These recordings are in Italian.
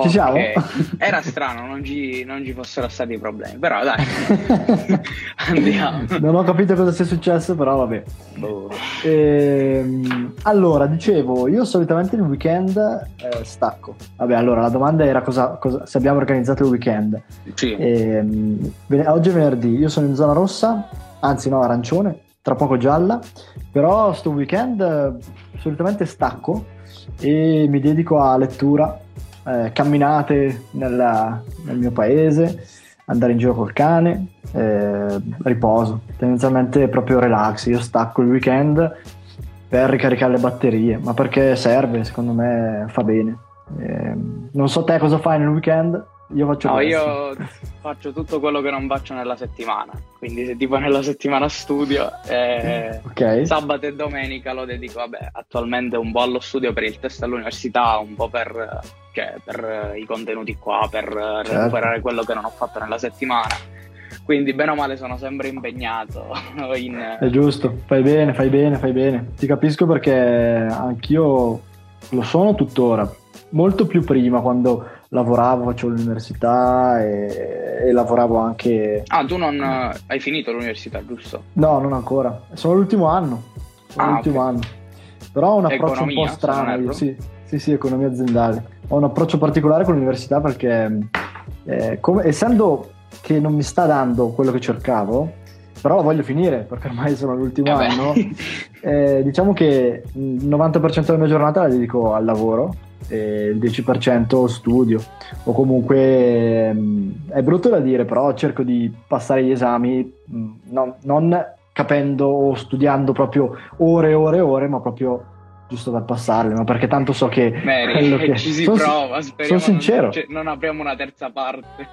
Ci siamo? che era strano, non ci fossero stati problemi, però dai, andiamo. Non ho capito cosa sia successo, però vabbè. Boh. Allora, dicevo, io solitamente il weekend stacco. Vabbè, allora la domanda era se abbiamo organizzato il weekend. Sì. Oggi è venerdì, io sono in zona rossa, anzi no, arancione, tra poco gialla, però sto weekend solitamente stacco e mi dedico a lettura, camminate nel mio paese, andare in giro col cane, riposo, tendenzialmente proprio relax. Io stacco il weekend per ricaricare le batterie, ma perché serve, secondo me fa bene. Non so te cosa fai nel weekend? Io faccio questo. Io faccio tutto quello che non faccio nella settimana, quindi se tipo nella settimana studio, Ok. sabato e domenica lo dedico, attualmente un po' allo studio per il test all'università, un po' per i contenuti qua, per recuperare quello che non ho fatto nella settimana. Quindi bene o male sono sempre impegnato È giusto, fai bene. Ti capisco perché anch'io lo sono tuttora, molto più prima quando lavoravo, facevo l'università e lavoravo anche... tu non hai finito l'università, giusto? No, non ancora, sono l'ultimo anno. Anno. Però ho un approccio Economia, un po' strano. se non Sì, economia aziendale. Ho un approccio particolare con l'università perché essendo che non mi sta dando quello che cercavo, però la voglio finire perché ormai sono all'ultimo anno, diciamo che il 90% della mia giornata la dedico al lavoro e il 10% studio, o comunque è brutto da dire, però cerco di passare gli esami non capendo o studiando proprio ore e ore e ore, ma proprio giusto per passarle, ma perché tanto so che ci si prova, speriamo. Sono sincero, non apriamo una terza parte.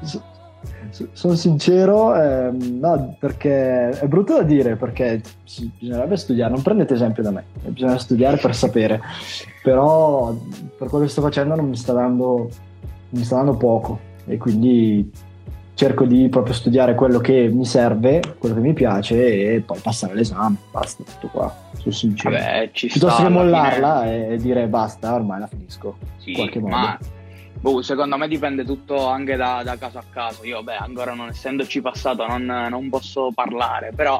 Sono sincero, no, perché è brutto da dire, perché bisognerebbe studiare, non prendete esempio da me, bisogna studiare per sapere, però per quello che sto facendo non mi sta dando poco, e quindi cerco di proprio studiare quello che mi serve, quello che mi piace, e poi passare l'esame, basta, tutto qua, sono sincero. Piuttosto che mollarla e dire basta, ormai la finisco, in qualche modo. Ma secondo me dipende tutto anche da caso a caso. Io ancora non essendoci passato non posso parlare, però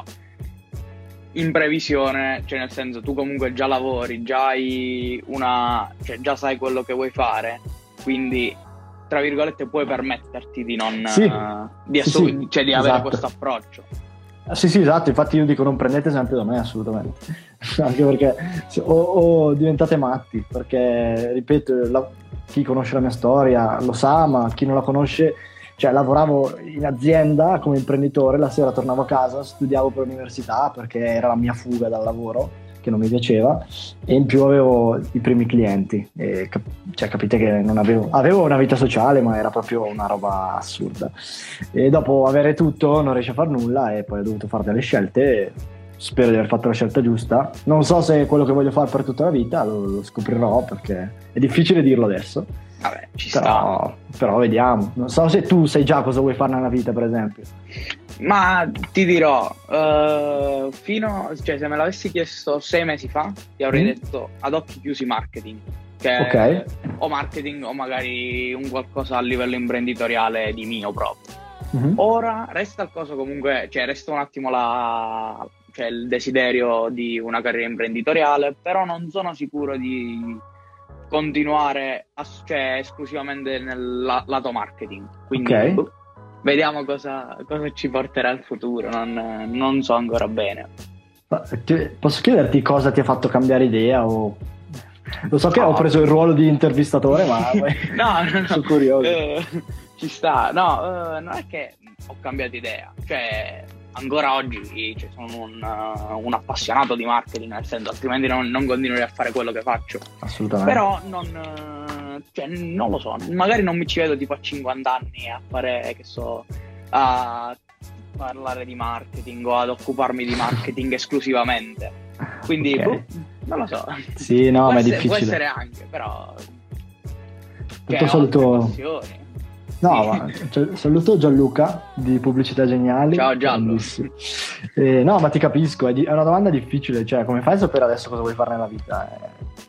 in previsione, cioè nel senso, tu comunque già lavori, già hai già sai quello che vuoi fare, quindi tra virgolette puoi permetterti di non di avere esatto. questo approccio. Sì, esatto, infatti io dico non prendete esempio da me, assolutamente. Anche perché o diventate matti, perché ripeto, chi conosce la mia storia lo sa, ma chi non la conosce, lavoravo in azienda come imprenditore, la sera tornavo a casa, studiavo per l'università perché era la mia fuga dal lavoro, che non mi piaceva, e in più avevo i primi clienti, e capite che non avevo una vita sociale, ma era proprio una roba assurda, e dopo avere tutto non riesci a far nulla, e poi ho dovuto fare delle scelte. Spero di aver fatto la scelta giusta, non so se è quello che voglio fare per tutta la vita, lo scoprirò, perché è difficile dirlo adesso. Ci sta. Però vediamo, non so se tu sai già cosa vuoi fare nella vita, per esempio. Ma ti dirò, se me l'avessi chiesto 6 mesi fa, ti avrei detto ad occhi chiusi marketing, o marketing o magari un qualcosa a livello imprenditoriale di mio proprio. Ora resta il coso comunque, resta un attimo il desiderio di una carriera imprenditoriale, però non sono sicuro di continuare esclusivamente nel lato marketing, quindi vediamo cosa ci porterà il futuro, non so ancora bene. Posso chiederti cosa ti ha fatto cambiare idea? O lo so che ho preso il ruolo di intervistatore, ma no. sono curioso. Ci sta, non è che ho cambiato idea, ancora oggi sono un appassionato di marketing, nel senso, altrimenti non continuerei a fare quello che faccio. Assolutamente. Però non lo so, magari non mi ci vedo tipo a 50 anni a fare, a parlare di marketing o ad occuparmi di marketing esclusivamente. Quindi non lo so. Sì, no, ma è difficile. Può essere anche, però saluto. No, saluto Gianluca di Pubblicità Geniali. Ciao Gianlu. No, ma ti capisco, è una domanda difficile, come fai a sapere adesso cosa vuoi fare nella vita?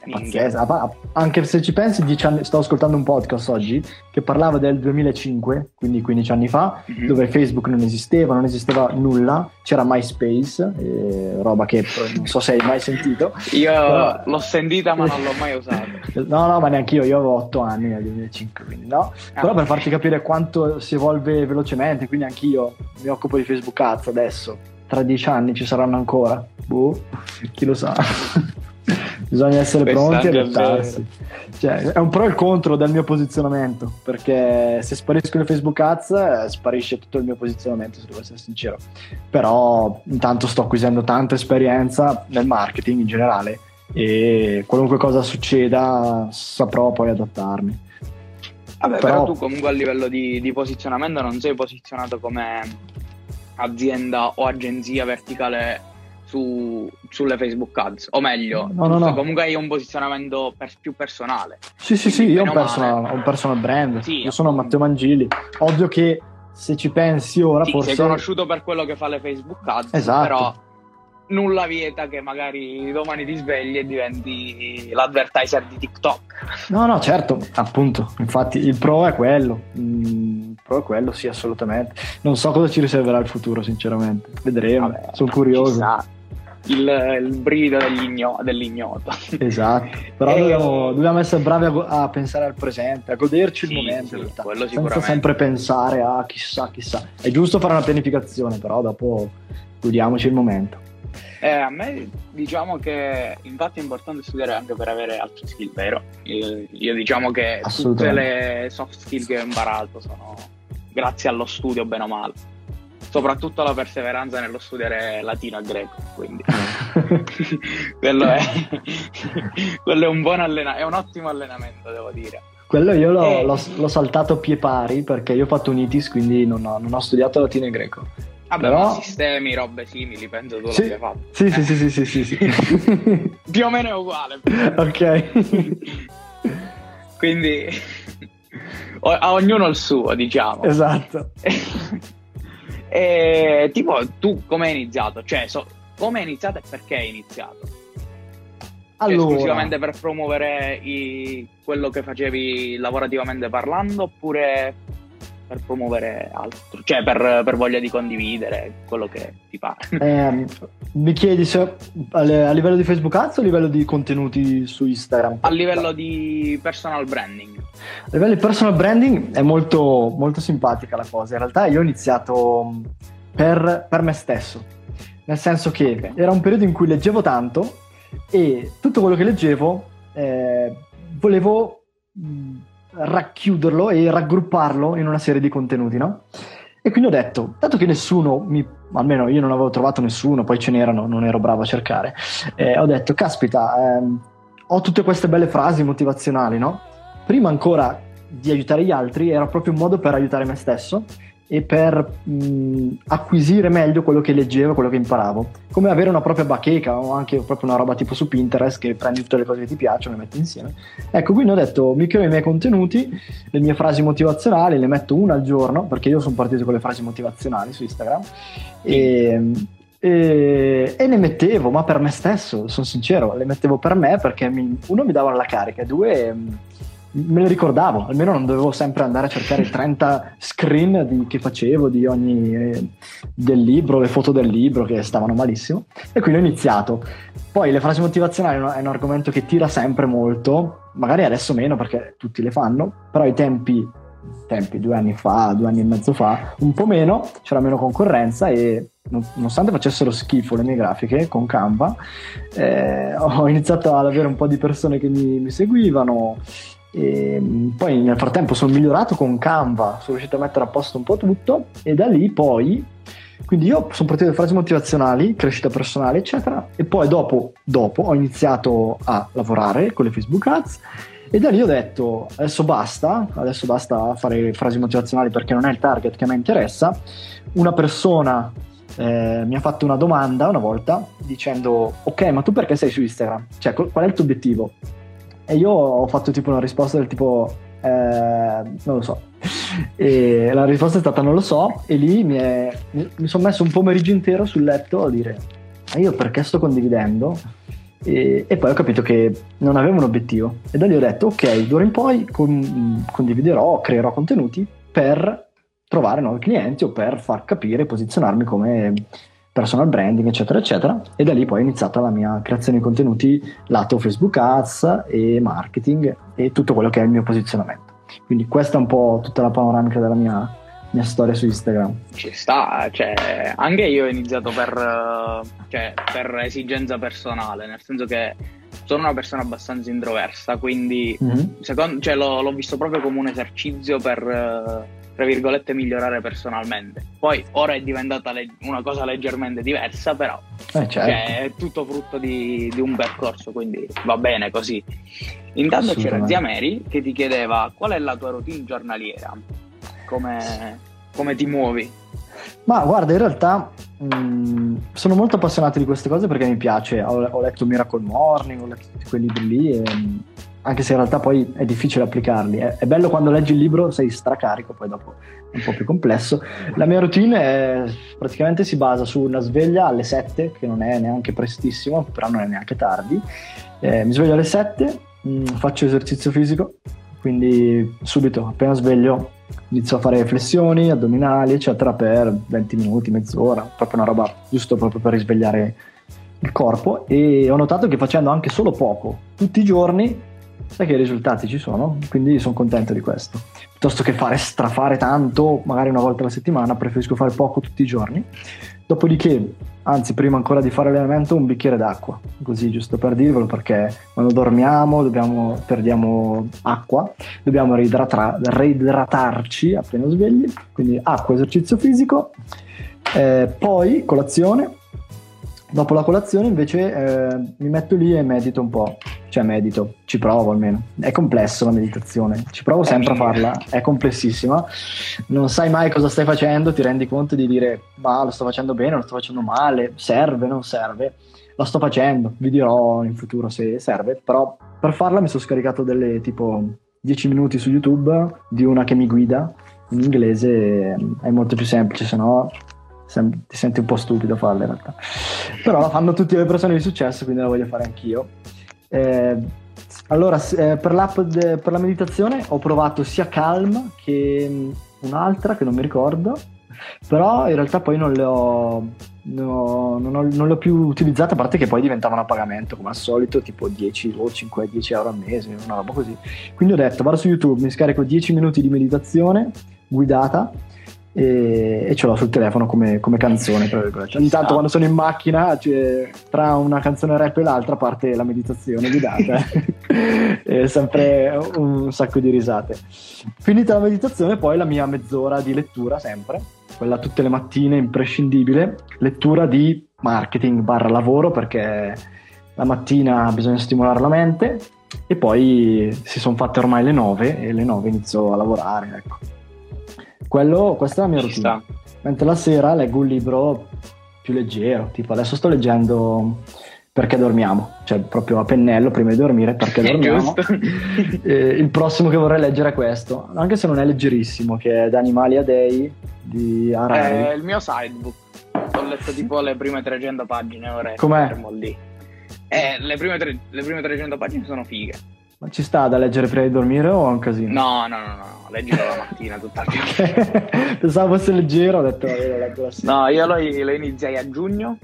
Anche se ci pensi, 10 anni, sto ascoltando un podcast oggi che parlava del 2005, quindi 15 anni fa, dove Facebook non esisteva nulla, c'era MySpace, roba che non so se hai mai sentito. Io l'ho sentita ma non l'ho mai usata. No, ma neanche io avevo 8 anni nel 2005, quindi no. Però per farti capire quanto si evolve velocemente, quindi anch'io mi occupo di Facebook Ads adesso. Tra 10 anni ci saranno ancora? Chi lo sa. Bisogna essere pronti e adattarsi. Cioè, è un pro e il contro del mio posizionamento, perché se spariscono le Facebook Ads sparisce tutto il mio posizionamento, se devo essere sincero. Però intanto sto acquisendo tanta esperienza nel marketing in generale e qualunque cosa succeda saprò poi adattarmi. Vabbè, però tu comunque a livello di posizionamento non sei posizionato come azienda o agenzia verticale sulle Facebook Ads, o meglio, no. Comunque hai un posizionamento più personale. Sì, io ho un personal brand. Sì, io sono Matteo Mangili. Ovvio che se ci pensi ora forse sei conosciuto per quello che fa le Facebook Ads, esatto. Però nulla vieta che magari domani ti svegli e diventi l'advertiser di TikTok. No, certo, appunto, infatti il pro è quello. Sì, assolutamente. Non so cosa ci riserverà il futuro, sinceramente. Vedremo, sono curioso. Il brivido dell'ignoto. Esatto, però dobbiamo essere bravi a pensare al presente, a goderci il momento, in realtà, senza sempre pensare a chissà. È giusto fare una pianificazione, però dopo godiamoci il momento. A me diciamo che infatti è importante studiare anche per avere altre skill, vero? Io diciamo che tutte le soft skill che ho imparato sono grazie allo studio, bene o male, soprattutto la perseveranza nello studiare latino e greco, quindi quello è un buon allenamento, è un ottimo allenamento, devo dire. Quello io l'ho saltato a pie pari perché io ho fatto un ITIS, quindi non ho studiato latino e greco. Vabbè, però sistemi, robe simili, penso tu l'abbia fatto. Sì. Più o meno è uguale. Ok. Quindi a ognuno il suo, diciamo. Esatto. E tipo, tu come hai iniziato? Cioè, come hai iniziato e perché hai iniziato? Allora, esclusivamente per promuovere quello che facevi lavorativamente parlando, oppure per promuovere altro, cioè per voglia di condividere quello che ti pare? Mi chiedi se a livello di Facebook Ads o a livello di contenuti su Instagram? A livello di personal branding. A livello di personal branding è molto, molto simpatica la cosa. In realtà io ho iniziato per me stesso, nel senso che era un periodo in cui leggevo tanto e tutto quello che leggevo volevo racchiuderlo e raggrupparlo in una serie di contenuti, no? E quindi ho detto, dato che almeno io non avevo trovato nessuno, poi ce n'erano, non ero bravo a cercare, ho detto, caspita, ho tutte queste belle frasi motivazionali, no? Prima ancora di aiutare gli altri era proprio un modo per aiutare me stesso e per acquisire meglio quello che leggevo, quello che imparavo, come avere una propria bacheca o anche proprio una roba tipo su Pinterest che prendi tutte le cose che ti piacciono e le metti insieme. Ecco, quindi ho detto, mi creo i miei contenuti, le mie frasi motivazionali, le metto una al giorno, perché io sono partito con le frasi motivazionali su Instagram e le mettevo, ma per me stesso, sono sincero, le mettevo per me perché uno mi davano la carica, due me le ricordavo, almeno non dovevo sempre andare a cercare 30 screen che facevo di ogni del libro, le foto del libro che stavano malissimo, e quindi ho iniziato. Poi le frasi motivazionali è un argomento che tira sempre molto, magari adesso meno perché tutti le fanno, però ai tempi 2 anni fa, 2 anni e mezzo fa, un po' meno, c'era meno concorrenza e nonostante facessero schifo le mie grafiche con Canva, ho iniziato ad avere un po' di persone che mi seguivano. E poi nel frattempo sono migliorato con Canva, sono riuscito a mettere a posto un po' tutto e da lì poi, quindi io sono partito da frasi motivazionali, crescita personale eccetera, e poi dopo ho iniziato a lavorare con le Facebook Ads e da lì ho detto adesso basta fare frasi motivazionali perché non è il target che a me interessa. Una persona mi ha fatto una domanda una volta dicendo, ok, ma tu perché sei su Instagram? Cioè qual è il tuo obiettivo? E io ho fatto tipo una risposta del tipo non lo so, e la risposta è stata non lo so, e lì mi sono messo un pomeriggio intero sul letto a dire, ma io perché sto condividendo? E poi ho capito che non avevo un obiettivo e da lì ho detto ok, d'ora in poi condividerò, creerò contenuti per trovare nuovi clienti o per far capire, posizionarmi come personal branding, eccetera eccetera, e da lì poi è iniziata la mia creazione di contenuti lato Facebook Ads e marketing e tutto quello che è il mio posizionamento. Quindi questa è un po' tutta la panoramica della mia storia su Instagram. Ci sta, cioè anche io ho iniziato per esigenza personale, nel senso che sono una persona abbastanza introversa, quindi l'ho visto proprio come un esercizio per tra virgolette migliorare personalmente. Poi ora è diventata una cosa leggermente diversa, però certo. È tutto frutto di un percorso, quindi va bene così. Intanto c'era zia Mary che ti chiedeva qual è la tua routine giornaliera, come ti muovi? Ma guarda, in realtà sono molto appassionato di queste cose perché mi piace. Ho letto Miracle Morning, ho letto tutti quei libri lì e, anche se in realtà poi è difficile applicarli. È bello quando leggi il libro, sei stracarico, poi dopo è un po' più complesso. La mia routine praticamente si basa su una sveglia alle 7, che non è neanche prestissimo, però non è neanche tardi. Mi sveglio alle 7, faccio esercizio fisico, quindi subito, appena sveglio, inizio a fare flessioni, addominali, eccetera, per 20 minuti, mezz'ora, proprio una roba giusto proprio per risvegliare il corpo. E ho notato che facendo anche solo poco tutti i giorni, sai che i risultati ci sono, quindi sono contento di questo. Piuttosto che strafare tanto, magari una volta alla settimana, preferisco fare poco tutti i giorni. Dopodiché, anzi prima ancora di fare allenamento, un bicchiere d'acqua, così giusto per dirvelo, perché quando dormiamo perdiamo acqua, dobbiamo reidratarci appena svegli, quindi acqua, esercizio fisico, poi colazione. Dopo la colazione invece mi metto lì e medito un po', cioè ci provo almeno. È complesso la meditazione, ci provo sempre a farla, è complessissima, non sai mai cosa stai facendo, ti rendi conto di dire ma lo sto facendo bene, lo sto facendo male, serve, non serve, lo sto facendo, vi dirò in futuro se serve, però per farla mi sono scaricato delle tipo 10 minuti su YouTube di una che mi guida in inglese, è molto più semplice, se no ti senti un po' stupido a farla in realtà, però la fanno tutte le persone di successo, quindi la voglio fare anch'io. Allora per la meditazione ho provato sia Calm che un'altra che non mi ricordo, però in realtà poi non le ho più utilizzate, a parte che poi diventavano a pagamento come al solito, tipo 10 o 5-10 euro al mese, una roba così. Quindi ho detto vado su YouTube, mi scarico 10 minuti di meditazione guidata e ce l'ho sul telefono come canzone, tra virgolette. Intanto quando sono in macchina, cioè, tra una canzone rap e l'altra parte la meditazione guidata è sempre un sacco di risate. Finita la meditazione, poi la mia mezz'ora di lettura, sempre quella tutte le mattine, imprescindibile, lettura di marketing / lavoro, perché la mattina bisogna stimolare la mente e poi si sono fatte ormai le 9 e alle 9 inizio a lavorare, ecco. Questa è la mia routine. Mentre la sera leggo un libro più leggero, tipo adesso sto leggendo Perché dormiamo, cioè proprio a pennello prima di dormire, Perché dormiamo. Il prossimo che vorrei leggere è questo, anche se non è leggerissimo, che è Da animali a dei di Harari. È il mio sidebook, ho letto tipo le prime 300 pagine, ora com'è? Fermo lì. Le prime 300 pagine sono fighe. Ma ci sta da leggere prima di dormire o è un casino? No, leggilo la mattina tutta la Pensavo fosse leggero, ho detto lo leggo la sera. No, io lo iniziai a giugno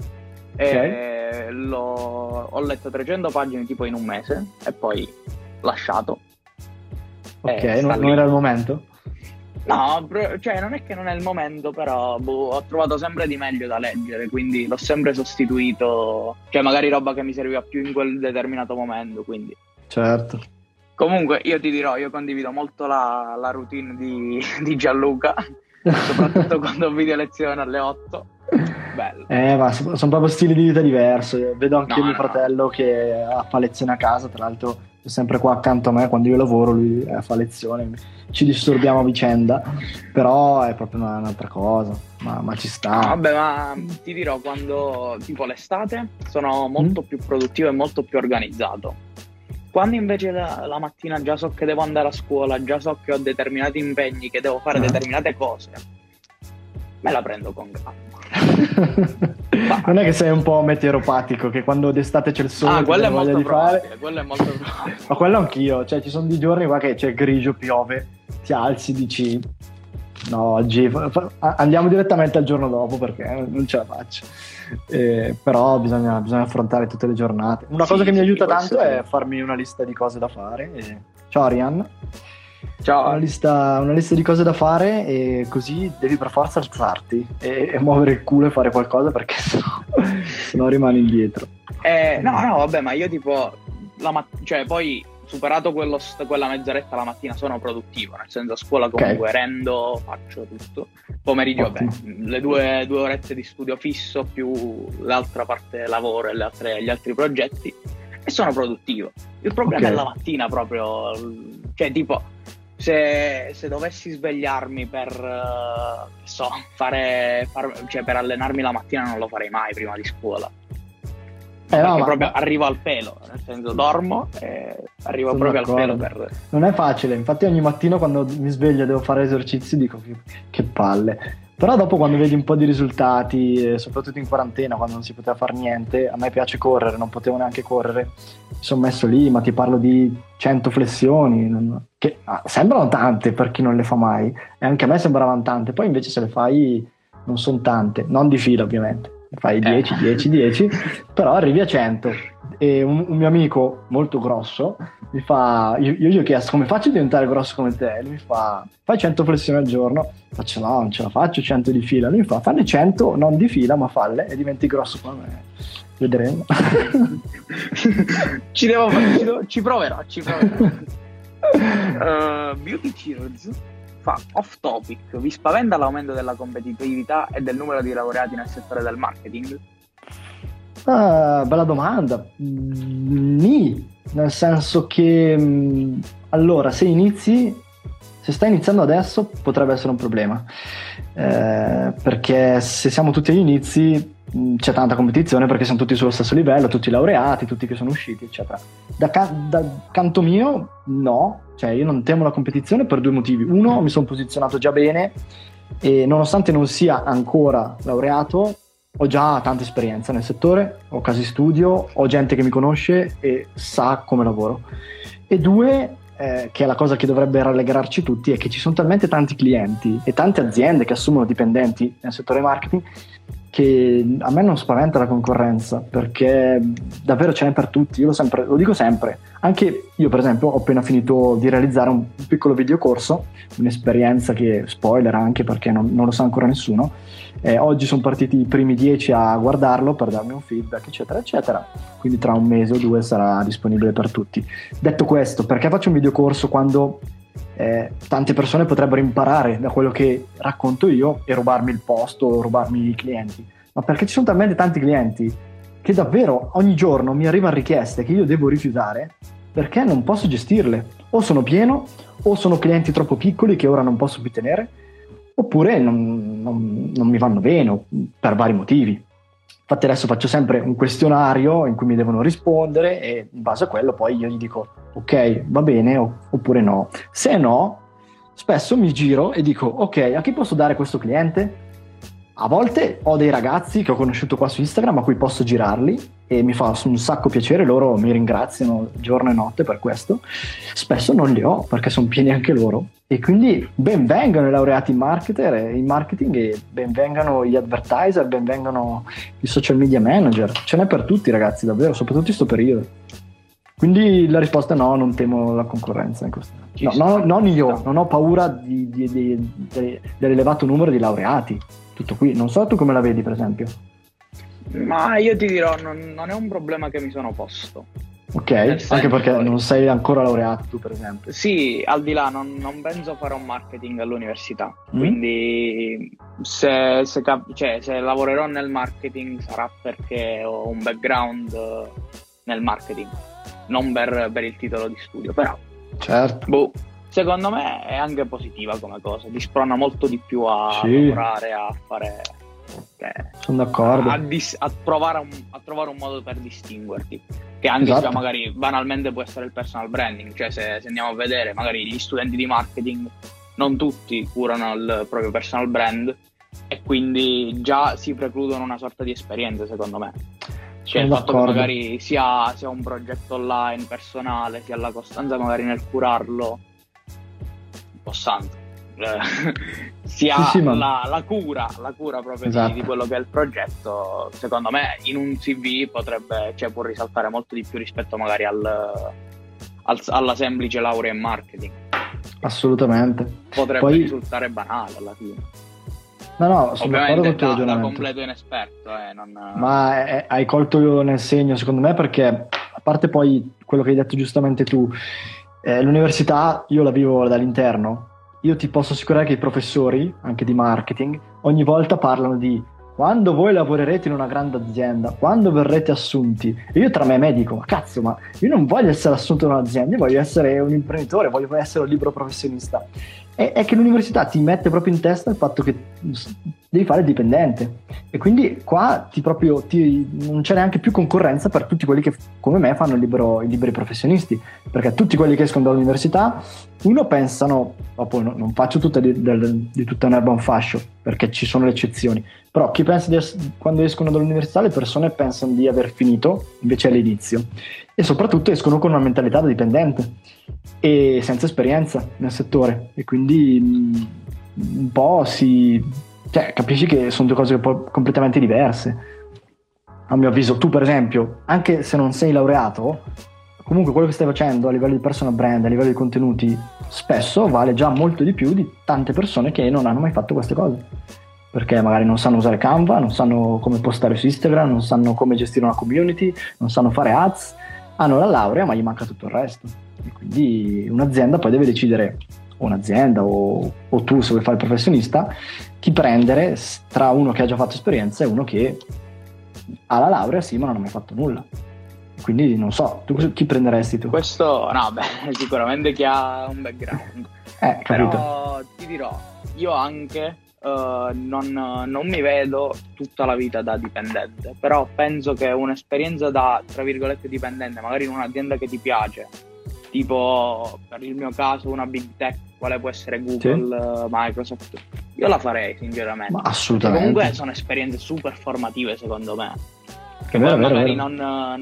e ho letto 300 pagine tipo in un mese e poi lasciato. Ok, non era il momento? No, cioè non è che non è il momento, però ho trovato sempre di meglio da leggere, quindi l'ho sempre sostituito, cioè magari roba che mi serviva più in quel determinato momento, quindi certo. Comunque io ti dirò, io condivido molto la routine di Gianluca, soprattutto quando ho video lezione alle 8. Bello. Ma sono proprio stili di vita diversi. Vedo anche mio fratello che fa lezione a casa, tra l'altro è sempre qua accanto a me quando io lavoro, lui fa lezione, ci disturbiamo a vicenda, però è proprio un'altra cosa, ma ci sta. Vabbè, ma ti dirò, quando tipo l'estate sono molto più produttivo e molto più organizzato. Quando invece la mattina già so che devo andare a scuola, già so che ho determinati impegni, che devo fare determinate cose, me la prendo con calma. Non è che sei un po' meteoropatico, che quando d'estate c'è il sole quello è voglia molto di probabile, fare. quello è molto probabile. Ma quello anch'io, cioè ci sono dei giorni qua che c'è grigio, piove, ti alzi, dici no, oggi andiamo direttamente al giorno dopo perché non ce la faccio. Però bisogna affrontare tutte le giornate. Una cosa che mi aiuta tanto è farmi una lista di cose da fare. Ciao Arianna. Ciao. Una lista di cose da fare, e così devi per forza alzarti e muovere il culo e fare qualcosa, perché sennò rimani indietro. No, vabbè, ma io tipo cioè poi superato quella mezz'oretta la mattina sono produttivo, nel senso a scuola comunque rendo, faccio tutto. Pomeriggio, vabbè, le due orette di studio fisso più l'altra parte lavoro e gli altri progetti, e sono produttivo. Il problema è la mattina proprio, cioè tipo se dovessi svegliarmi per cioè per allenarmi la mattina non lo farei mai prima di scuola. Perché proprio arrivo al pelo, nel senso dormo e arrivo proprio al pelo. Non è facile, infatti ogni mattino quando mi sveglio e devo fare esercizi dico che palle. Però dopo, quando vedi un po' di risultati, soprattutto in quarantena quando non si poteva fare niente, a me piace correre, non potevo neanche correre, mi sono messo lì, ma ti parlo di 100 flessioni, che sembrano tante per chi non le fa mai, e anche a me sembravano tante, poi invece se le fai non sono tante, non di fila ovviamente. Fai 10, però arrivi a 100. E un mio amico molto grosso mi fa, io gli ho chiesto come faccio a diventare grosso come te, e lui mi fa fai 100 flessioni al giorno. Faccio no, non ce la faccio 100 di fila. Lui mi fa fanne 100 non di fila ma falle e diventi grosso come me. Vedremo. ci proverò. Beauty Cheers fa off topic: vi spaventa l'aumento della competitività e del numero di laureati nel settore del marketing? Bella domanda. Nel senso che allora se stai iniziando adesso potrebbe essere un problema, perché se siamo tutti agli inizi c'è tanta competizione, perché siamo tutti sullo stesso livello, tutti laureati, tutti che sono usciti eccetera. Da canto mio no, cioè io non temo la competizione per due motivi. Uno, mi sono posizionato già bene e nonostante non sia ancora laureato ho già tanta esperienza nel settore, ho casi studio, ho gente che mi conosce e sa come lavoro. E due, che è la cosa che dovrebbe rallegrarci tutti, è che ci sono talmente tanti clienti e tante aziende che assumono dipendenti nel settore marketing, che a me non spaventa la concorrenza, perché davvero ce n'è per tutti. Io lo dico sempre, anche io per esempio ho appena finito di realizzare un piccolo videocorso, un'esperienza che spoiler anche perché non lo sa ancora nessuno. Oggi sono partiti i primi 10 a guardarlo per darmi un feedback eccetera eccetera, quindi tra un mese o due sarà disponibile per tutti. Detto questo, perché faccio un videocorso quando tante persone potrebbero imparare da quello che racconto io e rubarmi il posto o rubarmi i clienti? Ma perché ci sono talmente tanti clienti che davvero ogni giorno mi arrivano richieste che io devo rifiutare perché non posso gestirle, o sono pieno o sono clienti troppo piccoli che ora non posso più tenere, oppure non mi vanno bene per vari motivi. Infatti adesso faccio sempre un questionario in cui mi devono rispondere e in base a quello poi io gli dico ok, va bene oppure no. Se no, spesso mi giro e dico ok, a chi posso dare questo cliente? A volte ho dei ragazzi che ho conosciuto qua su Instagram a cui posso girarli e mi fa un sacco piacere, loro mi ringraziano giorno e notte per questo. Spesso non li ho perché sono pieni anche loro, e quindi benvengano i laureati in marketing e benvengano gli advertiser, benvengano i social media manager. Ce n'è per tutti, ragazzi, davvero, soprattutto in questo periodo. Quindi la risposta è no, non temo la concorrenza in questo. Non io, non ho paura dell'elevato numero di laureati. Tutto qui. Non so tu come la vedi, per esempio. Ma io ti dirò, non è un problema che mi sono posto. Ok, anche perché non sei ancora laureato tu, per esempio. Sì, al di là, non penso farò marketing all'università, quindi se lavorerò nel marketing sarà perché ho un background nel marketing, non per il titolo di studio, però certo. Secondo me è anche positiva come cosa, ti sprona molto di più a lavorare, a fare... sono d'accordo. A trovare un modo per distinguerti, che anche se magari banalmente può essere il personal branding, cioè se andiamo a vedere magari gli studenti di marketing non tutti curano il proprio personal brand e quindi già si precludono una sorta di esperienza, secondo me. Cioè, il Sono fatto che d'accordo. magari sia un progetto online personale, sia la costanza magari nel curarlo, un po' santo, sia Sì, ma... la cura proprio Esatto. di quello che è il progetto, secondo me in un CV può risaltare molto di più rispetto magari alla semplice laurea in marketing. Assolutamente. Potrebbe Poi... risultare banale alla fine. No, sono d'accordo Ovviamente con il tuo da ragionamento. completo inesperto, non... Ma hai colto nel segno, secondo me, perché a parte poi quello che hai detto giustamente tu, l'università io la vivo dall'interno. Io ti posso assicurare che i professori, anche di marketing, ogni volta parlano di quando voi lavorerete in una grande azienda, quando verrete assunti. E io tra me e me dico, ma cazzo, ma io non voglio essere assunto in un'azienda, io voglio essere un imprenditore, voglio essere un libero professionista. È che l'università ti mette proprio in testa il fatto che devi fare il dipendente, e quindi qua non c'è neanche più concorrenza per tutti quelli che come me fanno i liberi professionisti, perché tutti quelli che escono dall'università pensano, poi non faccio di tutta un'erba un fascio, perché ci sono le eccezioni, però chi pensa quando escono dall'università, le persone pensano di aver finito invece all'inizio, e soprattutto escono con una mentalità da dipendente e senza esperienza nel settore, e quindi un po' capisci che sono due cose completamente diverse. A mio avviso, tu per esempio, anche se non sei laureato, comunque quello che stai facendo a livello di personal brand, a livello di contenuti, spesso vale già molto di più di tante persone che non hanno mai fatto queste cose, perché magari non sanno usare Canva, non sanno come postare su Instagram, non sanno come gestire una community, non sanno fare ads, hanno la laurea ma gli manca tutto il resto. E quindi un'azienda poi deve decidere, o un'azienda o tu se vuoi fare il professionista, chi prendere tra uno che ha già fatto esperienza e uno che ha la laurea sì ma non ha mai fatto nulla. Quindi non so, tu chi prenderesti tu? Questo, no, beh, sicuramente chi ha un background. Capito. Però ti dirò, io anche non mi vedo tutta la vita da dipendente, però penso che un'esperienza da, tra virgolette, dipendente, magari in un'azienda che ti piace, tipo per il mio caso una big tech, quale può essere Google, sì, Microsoft, io la farei sinceramente. Ma assolutamente. Comunque sono esperienze super formative secondo me, che vero, poi magari vero.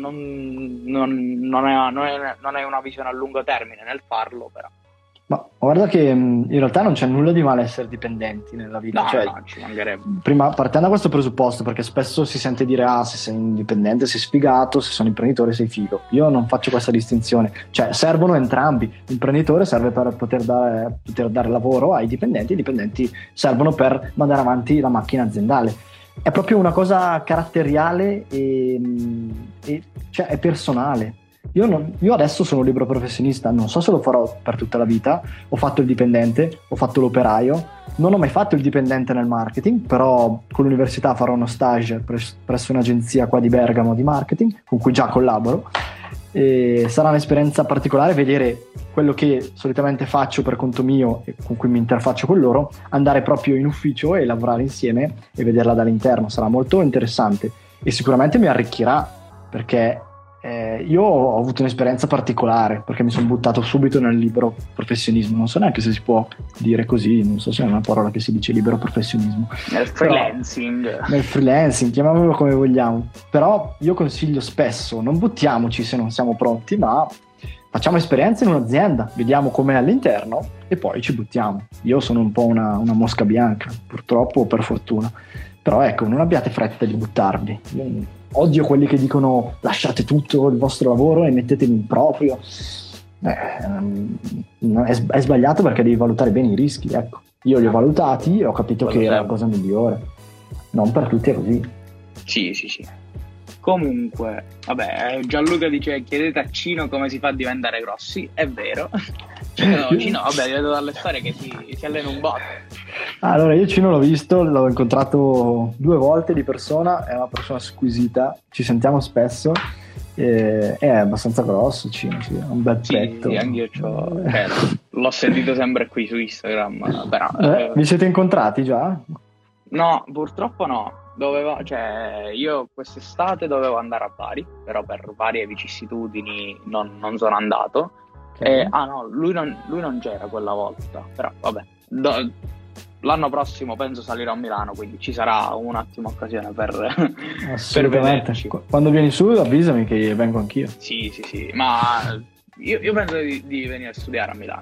non hai una visione a lungo termine nel farlo, però. Ma guarda che in realtà non c'è nulla di male essere dipendenti nella vita. No, cioè, no, ci mancherebbe. Prima, partendo da questo presupposto, perché spesso si sente dire se sei indipendente sei sfigato, se sono imprenditore sei figo. Io non faccio questa distinzione, cioè servono entrambi. L'imprenditore serve per poter dare lavoro ai dipendenti, i dipendenti servono per mandare avanti la macchina aziendale. È proprio una cosa caratteriale e cioè è personale. Io adesso sono libero professionista, non so se lo farò per tutta la vita. Ho fatto il dipendente, ho fatto l'operaio, non ho mai fatto il dipendente nel marketing, però con l'università farò uno stage presso un'agenzia qua di Bergamo di marketing, con cui già collaboro, e sarà un'esperienza particolare vedere quello che solitamente faccio per conto mio e con cui mi interfaccio con loro, andare proprio in ufficio e lavorare insieme e vederla dall'interno. Sarà molto interessante e sicuramente mi arricchirà, perché io ho avuto un'esperienza particolare, perché mi sono buttato subito nel libero professionismo. Non so neanche se si può dire così, non so se è una parola che si dice, libero professionismo. Nel freelancing. Nel freelancing, chiamiamolo come vogliamo. Però io consiglio spesso, non buttiamoci se non siamo pronti, ma facciamo esperienza in un'azienda, vediamo com'è all'interno e poi ci buttiamo. Io sono un po' una mosca bianca, purtroppo o per fortuna. Però ecco, non abbiate fretta di buttarvi. Io odio quelli che dicono lasciate tutto il vostro lavoro e mettetemi in proprio. È sbagliato, perché devi valutare bene i rischi. Ecco, io li ho valutati e ho capito che era la cosa migliore. Non per tutti è così. Sì. Comunque, vabbè, Gianluca dice chiedete a Cino come si fa a diventare grossi. È vero. Cino, vabbè, vedo dalle storie che si allena un botto. Allora, io Cino l'ho visto, l'ho incontrato 2 volte di persona, è una persona squisita, ci sentiamo spesso, è abbastanza grosso Cino, sì, ha un bel petto. Sì, anche io l'ho sentito sempre qui su Instagram, però... Vi siete incontrati già? No, purtroppo no. Io quest'estate dovevo andare a Bari, però per varie vicissitudini non sono andato. Okay. No, lui non c'era quella volta, però vabbè. l'anno prossimo penso salirò a Milano, quindi ci sarà un attimo occasione per vederci. Quando vieni su avvisami che vengo anch'io. Sì, ma io penso di venire a studiare a Milano,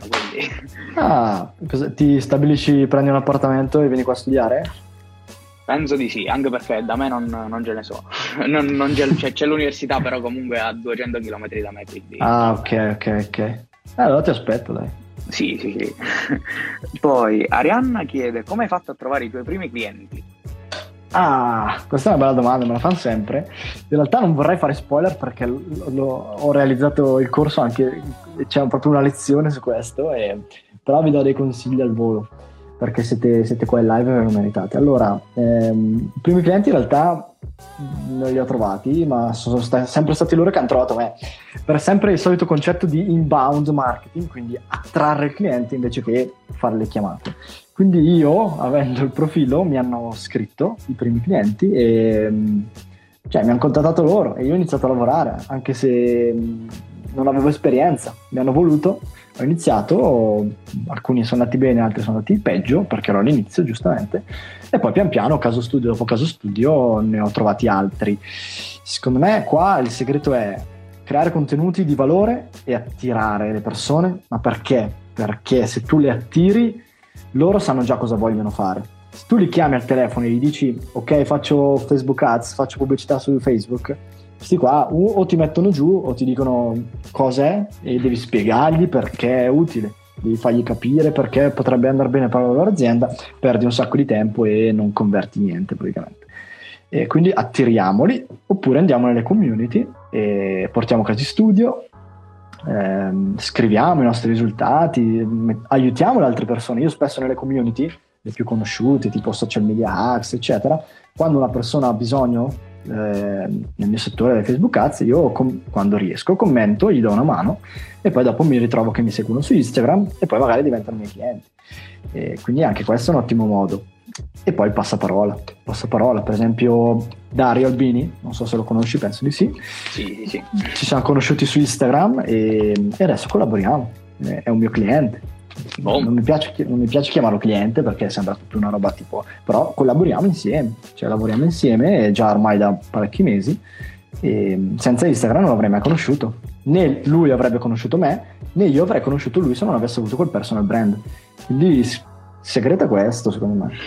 quindi... Ti stabilisci, prendi un appartamento e vieni qua a studiare? Penso di sì, anche perché da me non ce ne so. C'è l'università, però comunque a 200 km da me, quindi... Ok. Allora ti aspetto, dai. Sì. Poi Arianna chiede: come hai fatto a trovare i tuoi primi clienti? Questa è una bella domanda, me la fanno sempre. In realtà non vorrei fare spoiler perché ho realizzato il corso, anche c'è proprio una lezione su questo, però vi do dei consigli al volo perché siete qua in live e ve lo meritate. Allora, i primi clienti in realtà non li ho trovati, ma sono sempre stati loro che hanno trovato me, per sempre il solito concetto di inbound marketing, quindi attrarre il cliente invece che fare le chiamate. Quindi io, avendo il profilo, mi hanno scritto i primi clienti e mi hanno contattato loro e io ho iniziato a lavorare, anche se non avevo esperienza, mi hanno voluto, ho iniziato, alcuni sono andati bene, altri sono andati peggio perché ero all'inizio, giustamente, e poi pian piano, caso studio dopo caso studio, ne ho trovati altri. Secondo me qua il segreto è creare contenuti di valore e attirare le persone. Ma perché? Perché se tu le attiri, loro sanno già cosa vogliono fare. Se tu li chiami al telefono e gli dici ok, faccio Facebook Ads, faccio pubblicità su Facebook, questi qua o ti mettono giù o ti dicono cos'è e devi spiegargli perché è utile, devi fargli capire perché potrebbe andare bene per la loro azienda, perdi un sacco di tempo e non converti niente praticamente. E quindi attiriamoli, oppure andiamo nelle community e portiamo casi studio, scriviamo i nostri risultati, aiutiamo le altre persone. Io spesso nelle community, le più conosciute, tipo Social Media Hacks eccetera, quando una persona ha bisogno nel mio settore delle Facebook Ads, io quando riesco commento, gli do una mano e poi dopo mi ritrovo che mi seguono su Instagram e poi magari diventano miei clienti, e quindi anche questo è un ottimo modo. E poi il passaparola, per esempio Dario Albini, non so se lo conosci, penso di sì. Sì. Ci siamo conosciuti su Instagram e adesso collaboriamo, è un mio cliente. Non mi piace chiamarlo cliente perché sembra più una roba tipo, però collaboriamo insieme, lavoriamo insieme già ormai da parecchi mesi, e senza Instagram non l'avrei mai conosciuto, né lui avrebbe conosciuto me, né io avrei conosciuto lui se non avesse avuto quel personal brand. Quindi il segreto è questo, secondo me.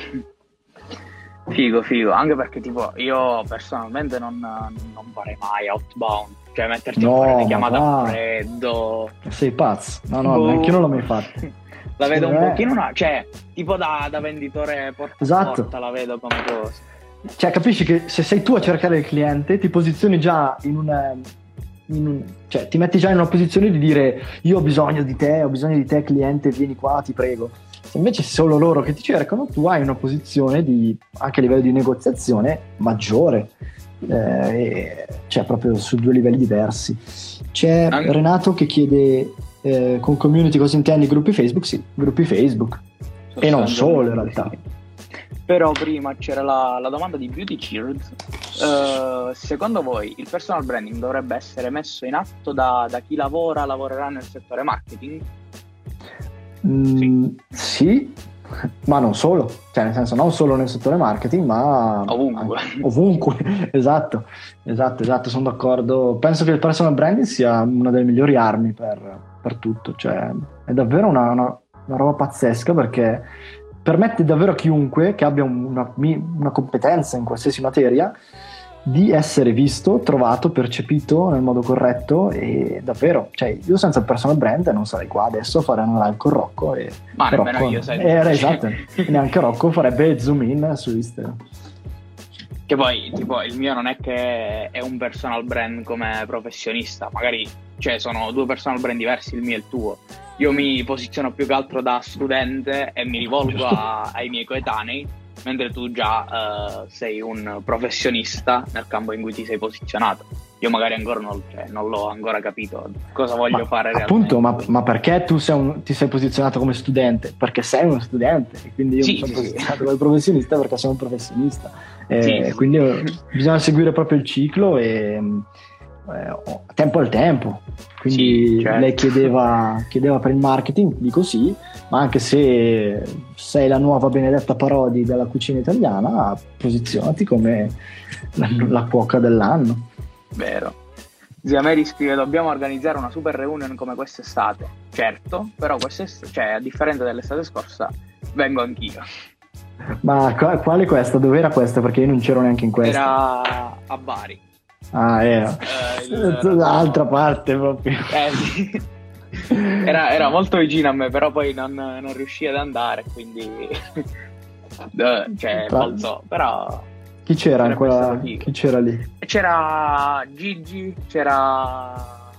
Figo, anche perché tipo io personalmente non farei mai outbound, cioè metterti a fare le chiamate a freddo. Sei pazzo? No, neanche io non l'ho mai fatto. La vedo un pochino cioè tipo da venditore porta a porta, la vedo come cosa. Cioè capisci che se sei tu a cercare il cliente ti posizioni già cioè ti metti già in una posizione di dire io ho bisogno di te cliente, vieni qua, ti prego. Se invece solo loro che ti cercano, tu hai una posizione anche a livello di negoziazione maggiore, cioè proprio su due livelli diversi. C'è Renato che chiede con community cosa intendi? Gruppi Facebook? Sì, gruppi Facebook e non solo in realtà. Però prima c'era la domanda di Beauty Cheers. Secondo voi il personal branding dovrebbe essere messo in atto da chi lavorerà nel settore marketing? Sì, ma non solo, cioè nel senso non solo nel settore marketing, ma ovunque. Esatto, sono d'accordo. Penso che il personal branding sia una delle migliori armi per tutto, cioè è davvero una roba pazzesca, perché permette davvero a chiunque che abbia una competenza in qualsiasi materia di essere visto, trovato, percepito nel modo corretto. E davvero, cioè io senza il personal brand non sarei qua adesso a fare una live con Rocco ma nemmeno io, sai. Esatto, neanche Rocco farebbe zoom in su Instagram. Che poi tipo il mio non è che è un personal brand come professionista, magari sono due personal brand diversi, il mio e il tuo. Io mi posiziono più che altro da studente e mi rivolgo ai miei coetanei, mentre tu già sei un professionista nel campo in cui ti sei posizionato. Io magari ancora non l'ho ancora capito cosa voglio fare realmente. Appunto, ma perché tu ti sei posizionato come studente? Perché sei uno studente, e quindi io mi sono posizionato come professionista perché sono un professionista. Quindi bisogna seguire proprio il ciclo e tempo al tempo, quindi sì, certo. lei chiedeva per il marketing, dico sì, ma anche se sei la nuova Benedetta Parodi della cucina italiana, posizionati come la cuoca dell'anno. Vero. Zia Mary scrive: dobbiamo organizzare una super reunion come quest'estate. Certo, però cioè, a differenza dell'estate scorsa, vengo anch'io. Ma quale questa? Dove era questa? Perché io non c'ero neanche in questa. Era a Bari. Ah, era. L'altra parte proprio. Sì. Era molto vicino a me, però poi non riuscì ad andare, quindi cioè balzò, però chi c'era chi c'era lì? C'era Gigi, c'era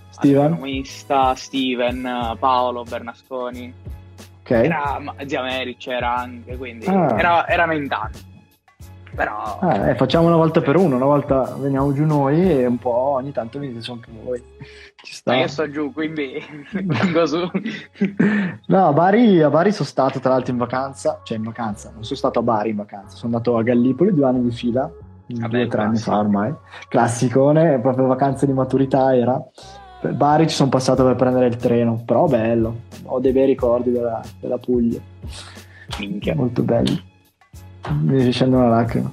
Steven, Paolo Bernasconi, okay. Era zia Mary, c'era anche, quindi erano in tanti. Però facciamo una volta per uno, una volta veniamo giù noi e un po' ogni tanto venite anche voi. Ci sta. Ma io sto giù, quindi vengo su. No, a Bari sono stato tra l'altro in vacanza, non sono stato a Bari in vacanza, sono andato a Gallipoli 2 anni di fila, 2 o 3 anni fa ormai, classicone, proprio vacanze di maturità era. Per Bari ci sono passato per prendere il treno, però bello, ho dei bei ricordi della Puglia. Minchia. Molto belli. Mi riscende una lacrima.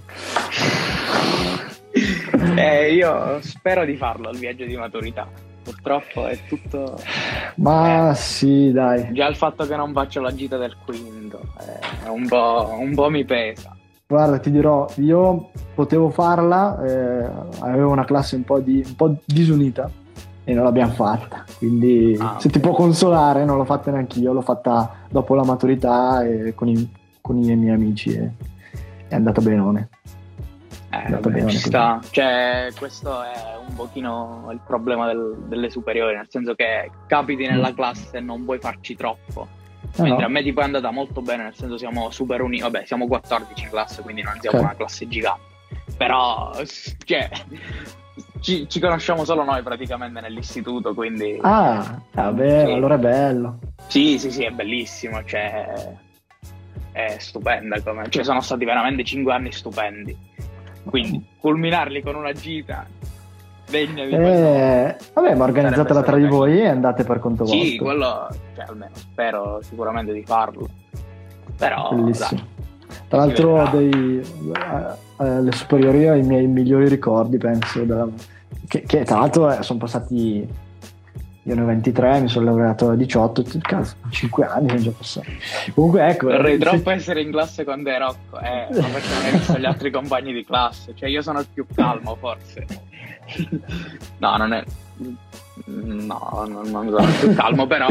Io spero di farlo il viaggio di maturità. Purtroppo è tutto. Ma sì, dai. Già il fatto che non faccio la gita del quinto un po' mi pesa. Guarda, ti dirò, io potevo farla, avevo una classe un po' disunita e non l'abbiamo fatta. Quindi se ti può consolare, non l'ho fatta neanche io, l'ho fatta dopo la maturità e con i miei amici. È andata benone. Ci sta. Cioè, questo è un pochino il problema delle superiori, nel senso che capiti nella classe e non vuoi farci troppo. Mentre a me tipo è andata molto bene, nel senso siamo super uniti. Vabbè, siamo 14 in classe, quindi non siamo una classe gigante. Però, cioè, ci conosciamo solo noi praticamente nell'istituto, quindi. Vabbè, sì. Allora è bello. Sì, è bellissimo, cioè. È stupenda cioè sono stati veramente 5 anni stupendi, quindi culminarli con una gita degna di vabbè, ma organizzatela tra di voi e andate per conto vostro. Sì, quello, cioè, almeno spero sicuramente di farlo, però bellissimo. Tra l'altro le superiori ho i miei migliori ricordi, penso, che tra l'altro sono passati. Io ne ho 23, mi sono laureato a 18, caso, 5 anni sono già passati. Comunque ecco. Vorrei troppo essere in classe quando ero Rocco, ma perché non hai visto gli altri compagni di classe, cioè io sono il più calmo forse. No, non è. No, non sono il più calmo, però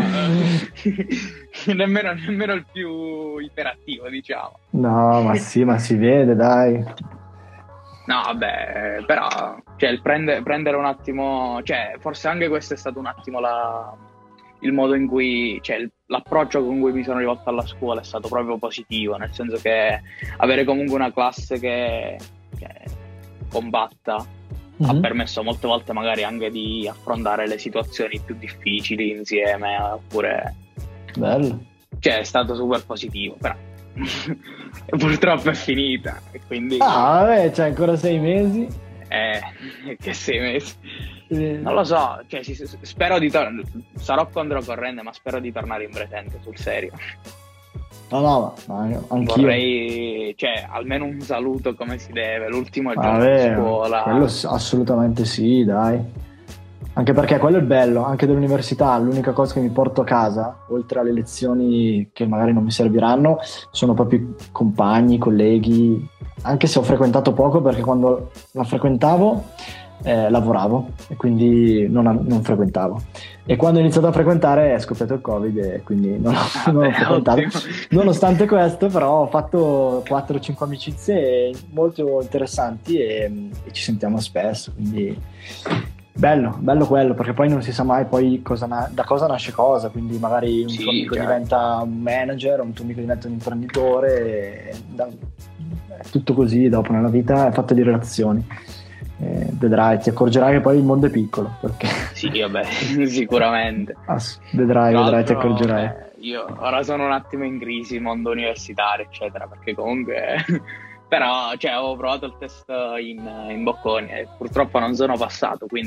nemmeno il più iperattivo, diciamo. No, ma sì, ma si vede, dai. No, vabbè, però cioè, il prendere un attimo, cioè forse anche questo è stato un attimo il modo in cui, cioè l'approccio con cui mi sono rivolto alla scuola è stato proprio positivo, nel senso che avere comunque una classe che combatta ha permesso molte volte magari anche di affrontare le situazioni più difficili insieme, oppure. Bello. Cioè è stato super positivo, però. Purtroppo è finita e quindi vabbè, c'è ancora 6 mesi. Che 6 mesi non lo so, cioè, spero di sarò controcorrente, ma spero di tornare in presente sul serio. No, anch'io vorrei, cioè, almeno un saluto come si deve l'ultimo giorno di scuola. Quello assolutamente sì, dai. Anche perché quello è il bello, anche dell'università, l'unica cosa che mi porto a casa, oltre alle lezioni che magari non mi serviranno, sono proprio i compagni, colleghi, anche se ho frequentato poco, perché quando la frequentavo lavoravo e quindi non frequentavo. E quando ho iniziato a frequentare è scoppiato il Covid e quindi non ho frequentato. Nonostante questo, però ho fatto 4-5 amicizie molto interessanti e ci sentiamo spesso, quindi bello quello, perché poi non si sa mai poi da cosa nasce cosa, quindi magari un tuo amico diventa un manager, un tuo amico diventa un imprenditore, è tutto così dopo nella vita, è fatta di relazioni. Vedrai, ti accorgerai che poi il mondo è piccolo, perché sì, vabbè, sicuramente vedrai, ti accorgerai. Io ora sono un attimo in crisi, mondo universitario eccetera, perché comunque però cioè, avevo provato il test in Bocconi e purtroppo non sono passato, quindi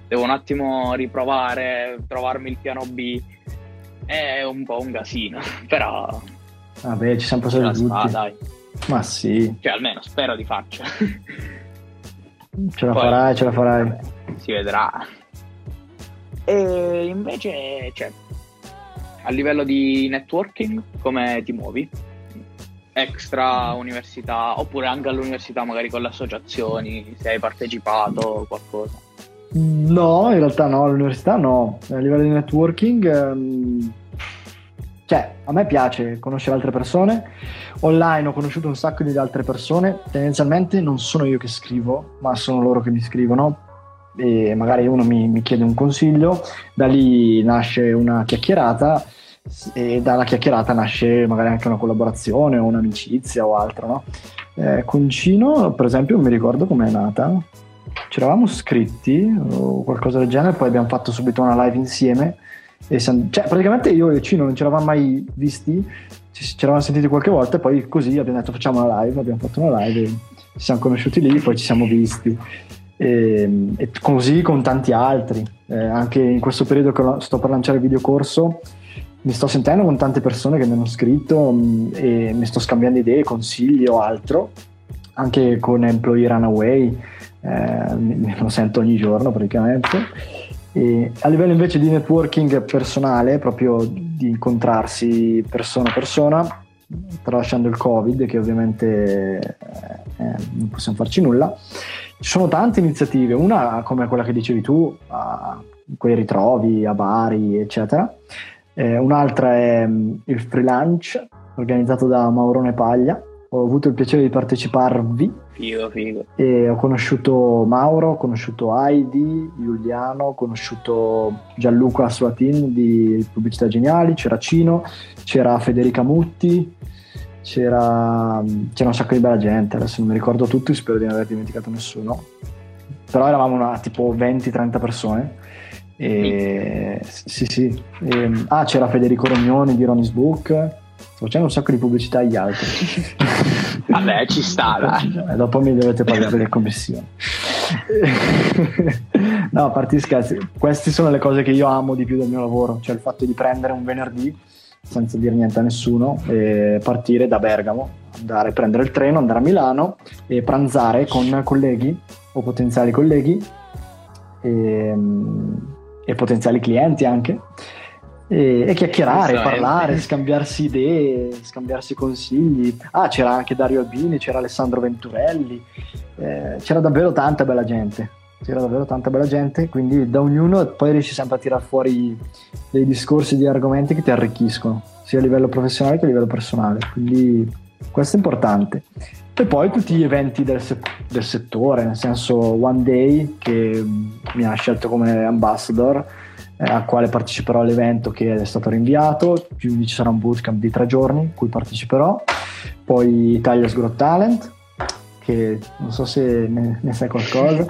devo un attimo riprovare, trovarmi il piano B, è un po' un casino, però vabbè, ci siamo passati tutti. Dai. Ma sì, cioè almeno spero di farcela. Ce la farai, ce la farai. Vabbè, si vedrà. E invece, cioè, a livello di networking, come ti muovi? Extra università, oppure anche all'università, magari con le associazioni, se hai partecipato qualcosa? No, in realtà no, all'università no. A livello di networking, cioè, a me piace conoscere altre persone. Online ho conosciuto un sacco di altre persone. Tendenzialmente non sono io che scrivo, ma sono loro che mi scrivono. E magari uno mi chiede un consiglio, da lì nasce una chiacchierata e dalla chiacchierata nasce magari anche una collaborazione o un'amicizia o altro, no? Con Cino, per esempio, mi ricordo com'è nata. Ci eravamo scritti o qualcosa del genere, poi abbiamo fatto subito una live insieme e cioè praticamente io e Cino non ci eravamo mai visti, ci eravamo sentiti qualche volta e poi così abbiamo detto facciamo una live, abbiamo fatto una live e ci siamo conosciuti lì, poi ci siamo visti e così con tanti altri. Anche in questo periodo che sto per lanciare il videocorso mi sto sentendo con tante persone che mi hanno scritto e mi sto scambiando idee, consigli o altro, anche con Employee Runaway. Lo sento ogni giorno praticamente. E a livello invece di networking personale, proprio di incontrarsi persona a persona, tralasciando il Covid che ovviamente non possiamo farci nulla, ci sono tante iniziative, una come quella che dicevi tu, quei ritrovi a Bari eccetera, un'altra è il Free Lunch organizzato da Maurone Paglia. Ho avuto il piacere di parteciparvi. Figo. E ho conosciuto Mauro, ho conosciuto Heidi, Giuliano, ho conosciuto Gianluca Suatin di Pubblicità Geniali, c'era Cino, c'era Federica Mutti, c'era un sacco di bella gente, adesso non mi ricordo tutti, spero di non aver dimenticato nessuno, però eravamo tipo 20-30 persone. Sì. C'era Federico Rognoni di Ronnie's Book. Sto facendo un sacco di pubblicità agli altri. Vabbè, ci sta, dai. Dopo mi dovete pagare le commissioni. No, a parte gli scherzi, queste sono le cose che io amo di più del mio lavoro, cioè il fatto di prendere un venerdì senza dire niente a nessuno e partire da Bergamo, andare a prendere il treno, andare a Milano e pranzare con colleghi o potenziali colleghi e potenziali clienti anche. E chiacchierare, parlare, scambiarsi idee, scambiarsi consigli. C'era anche Dario Albini, c'era Alessandro Venturelli, c'era davvero tanta bella gente, quindi da ognuno poi riesci sempre a tirar fuori dei discorsi, di argomenti che ti arricchiscono sia a livello professionale che a livello personale, quindi questo è importante. E poi tutti gli eventi del settore, nel senso One Day che mi ha scelto come ambassador, al quale parteciperò all'evento che è stato rinviato, quindi ci sarà un bootcamp di 3 giorni in cui parteciperò, poi Italia's Got Talent, che non so se ne sai qualcosa.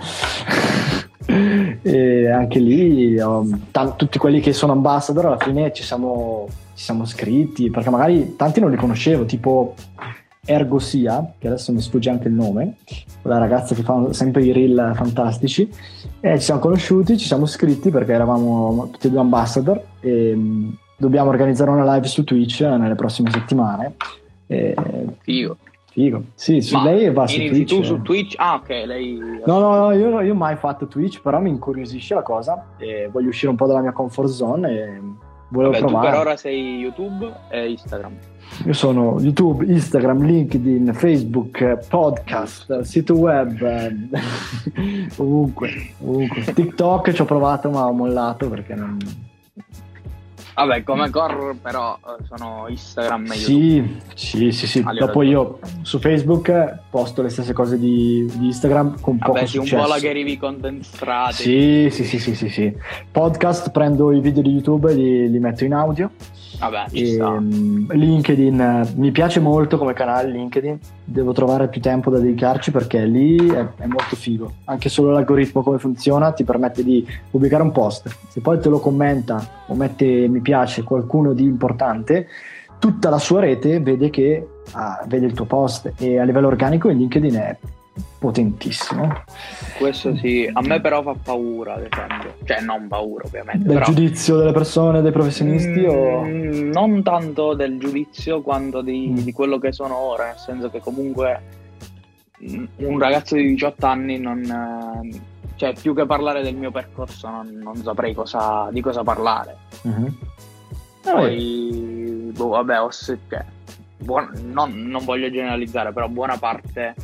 E anche lì tutti quelli che sono ambassador alla fine ci siamo scritti, perché magari tanti non li conoscevo, tipo Ergosia, che adesso mi sfugge anche il nome, la ragazza che fa sempre i reel fantastici, e ci siamo conosciuti, ci siamo iscritti perché eravamo tutti e due ambassador e dobbiamo organizzare una live su Twitch nelle prossime settimane. Figo. Sì, lei va su Twitch. Tu su Twitch? Ok, lei... No, io ho mai fatto Twitch, però mi incuriosisce la cosa e voglio uscire un po' dalla mia comfort zone e volevo provare. Tu per ora sei YouTube e Instagram. Io sono YouTube, Instagram, LinkedIn, Facebook, podcast, sito web, ovunque. TikTok ci ho provato ma ho mollato perché non... Vabbè, come core però sono Instagram e YouTube. Sì. Dopo io su Facebook posto le stesse cose di Instagram con poco successo. Un po' la Gary Vee content strategy. Sì. Podcast, prendo i video di YouTube e li metto in audio. Vabbè, ci sta. LinkedIn mi piace molto come canale. LinkedIn devo trovare più tempo da dedicarci perché lì è molto figo, anche solo l'algoritmo come funziona ti permette di pubblicare un post, se poi te lo commenta o mette mi piace qualcuno di importante, tutta la sua rete vede che vede il tuo post, e a livello organico in LinkedIn potentissimo. Questo sì, a me però fa paura, ad esempio. Cioè, non paura, ovviamente. Del però... giudizio delle persone, dei professionisti? O... Non tanto del giudizio quanto di quello che sono ora, nel senso che comunque un ragazzo di 18 anni non... cioè, più che parlare del mio percorso non saprei di cosa parlare. Poi, vabbè, non voglio generalizzare, però buona parte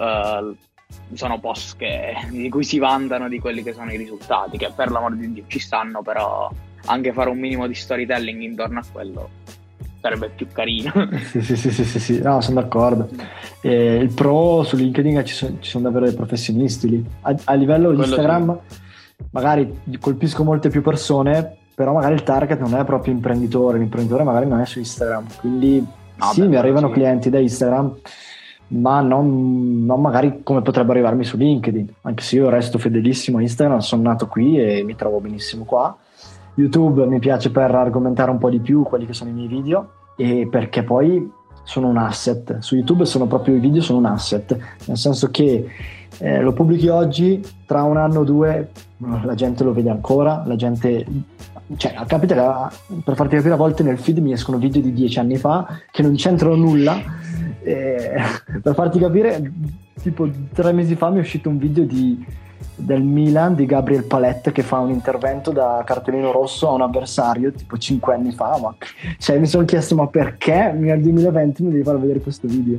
sono post di cui si vantano di quelli che sono i risultati, che per l'amor di Dio ci stanno, però anche fare un minimo di storytelling intorno a quello sarebbe più carino. Sì, no, sono d'accordo. Il pro su LinkedIn ci sono davvero dei professionisti lì. A livello di Instagram magari colpisco molte più persone, però magari il target non è proprio imprenditore, l'imprenditore magari non è su Instagram, quindi mi arrivano clienti da Instagram, ma non magari come potrebbe arrivarmi su LinkedIn, anche se io resto fedelissimo a Instagram, sono nato qui e mi trovo benissimo qua. YouTube mi piace per argomentare un po' di più quelli che sono i miei video, e perché poi sono un asset. Su YouTube i video sono un asset, nel senso che lo pubblichi oggi, tra un anno o due la gente lo vede ancora, la gente, cioè capita che, per farti capire, a volte nel feed mi escono video di 10 anni fa che non c'entrano nulla. Per farti capire, tipo 3 mesi fa mi è uscito un video del Milan di Gabriel Paletta che fa un intervento da cartellino rosso a un avversario tipo 5 anni fa, ma cioè, mi sono chiesto ma perché nel 2020 mi devi far vedere questo video?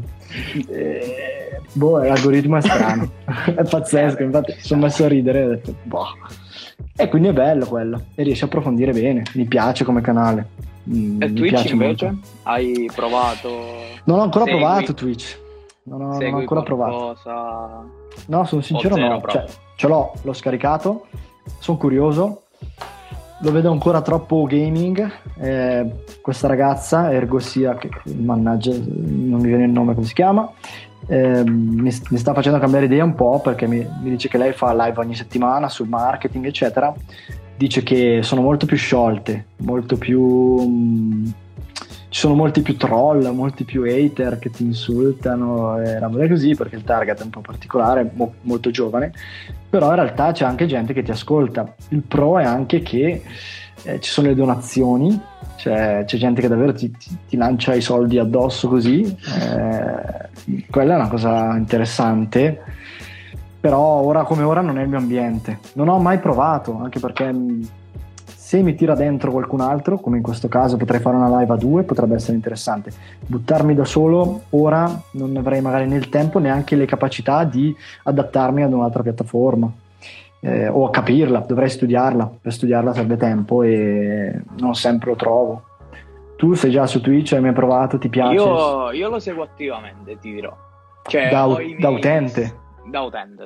L'algoritmo è strano. È pazzesco, infatti sono messo a ridere e ho detto e quindi è bello quello, e riesci a approfondire bene, mi piace come canale. E Twitch invece? Molto. Hai provato? Non ho ancora provato Twitch, non ho ancora provato. No, sono sincero, no, cioè, l'ho scaricato, sono curioso, lo vedo ancora troppo gaming. Questa ragazza Ergosia, che mannaggia non mi viene il nome, come si chiama, mi sta facendo cambiare idea un po', perché mi dice che lei fa live ogni settimana sul marketing eccetera, dice che sono molto più sciolte, molto più ci sono molti più troll, molti più hater che ti insultano e roba così, perché il target è un po' particolare, molto giovane, però in realtà c'è anche gente che ti ascolta. Il pro è anche che ci sono le donazioni, c'è gente che davvero ti lancia i soldi addosso così, quella è una cosa interessante, però ora come ora non è il mio ambiente, non ho mai provato, anche perché se mi tira dentro qualcun altro, come in questo caso potrei fare una live a 2, potrebbe essere interessante. Buttarmi da solo ora non avrei magari né il tempo, neanche le capacità di adattarmi ad un'altra piattaforma, o a capirla, dovrei studiarla, per studiarla serve tempo e non sempre lo trovo. Tu sei già su Twitch, hai mai provato, ti piace? Io lo seguo attivamente, ti dirò. Cioè, da utente? Da utente.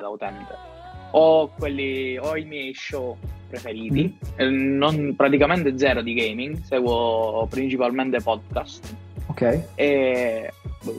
Ho i miei show preferiti, praticamente zero di gaming, seguo principalmente podcast. Ok. E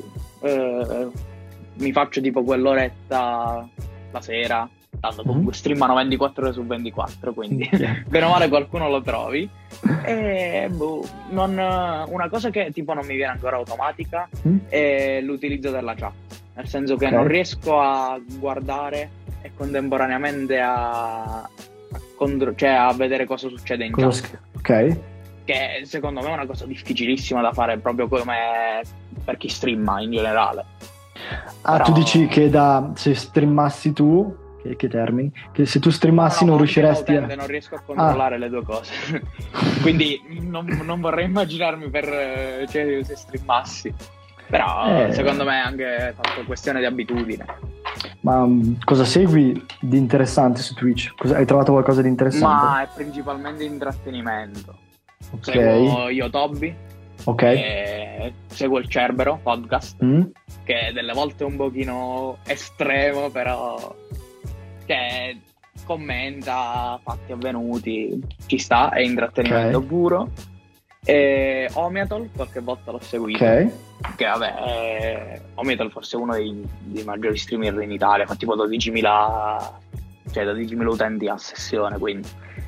mi faccio tipo quell'oretta la sera, tanto comunque streamano 24 ore su 24, quindi bene o male qualcuno lo trovi. E una cosa che tipo non mi viene ancora automatica è l'utilizzo della chat, nel senso che non riesco a guardare e contemporaneamente a vedere cosa succede in chat. Ok. Che secondo me è una cosa difficilissima da fare, proprio come per chi streama in generale. Però... tu dici che se streamassi tu, che termini? Che se tu streamassi non riusciresti a... Non riesco a controllare le due cose. Quindi non vorrei immaginarmi se streamassi. Però secondo me è anche fatto questione di abitudine. Ma cosa segui di interessante su Twitch? Hai trovato qualcosa di interessante? Ma è principalmente intrattenimento. Okay. Seguo io Toby. Ok. Seguo il Cerbero podcast, che delle volte è un pochino estremo, però che commenta fatti avvenuti, ci sta, è intrattenimento puro. E Omiatol qualche volta l'ho seguito, che vabbè, Omiatol forse è uno dei maggiori streamer in Italia, fa tipo 12.000 utenti a sessione, quindi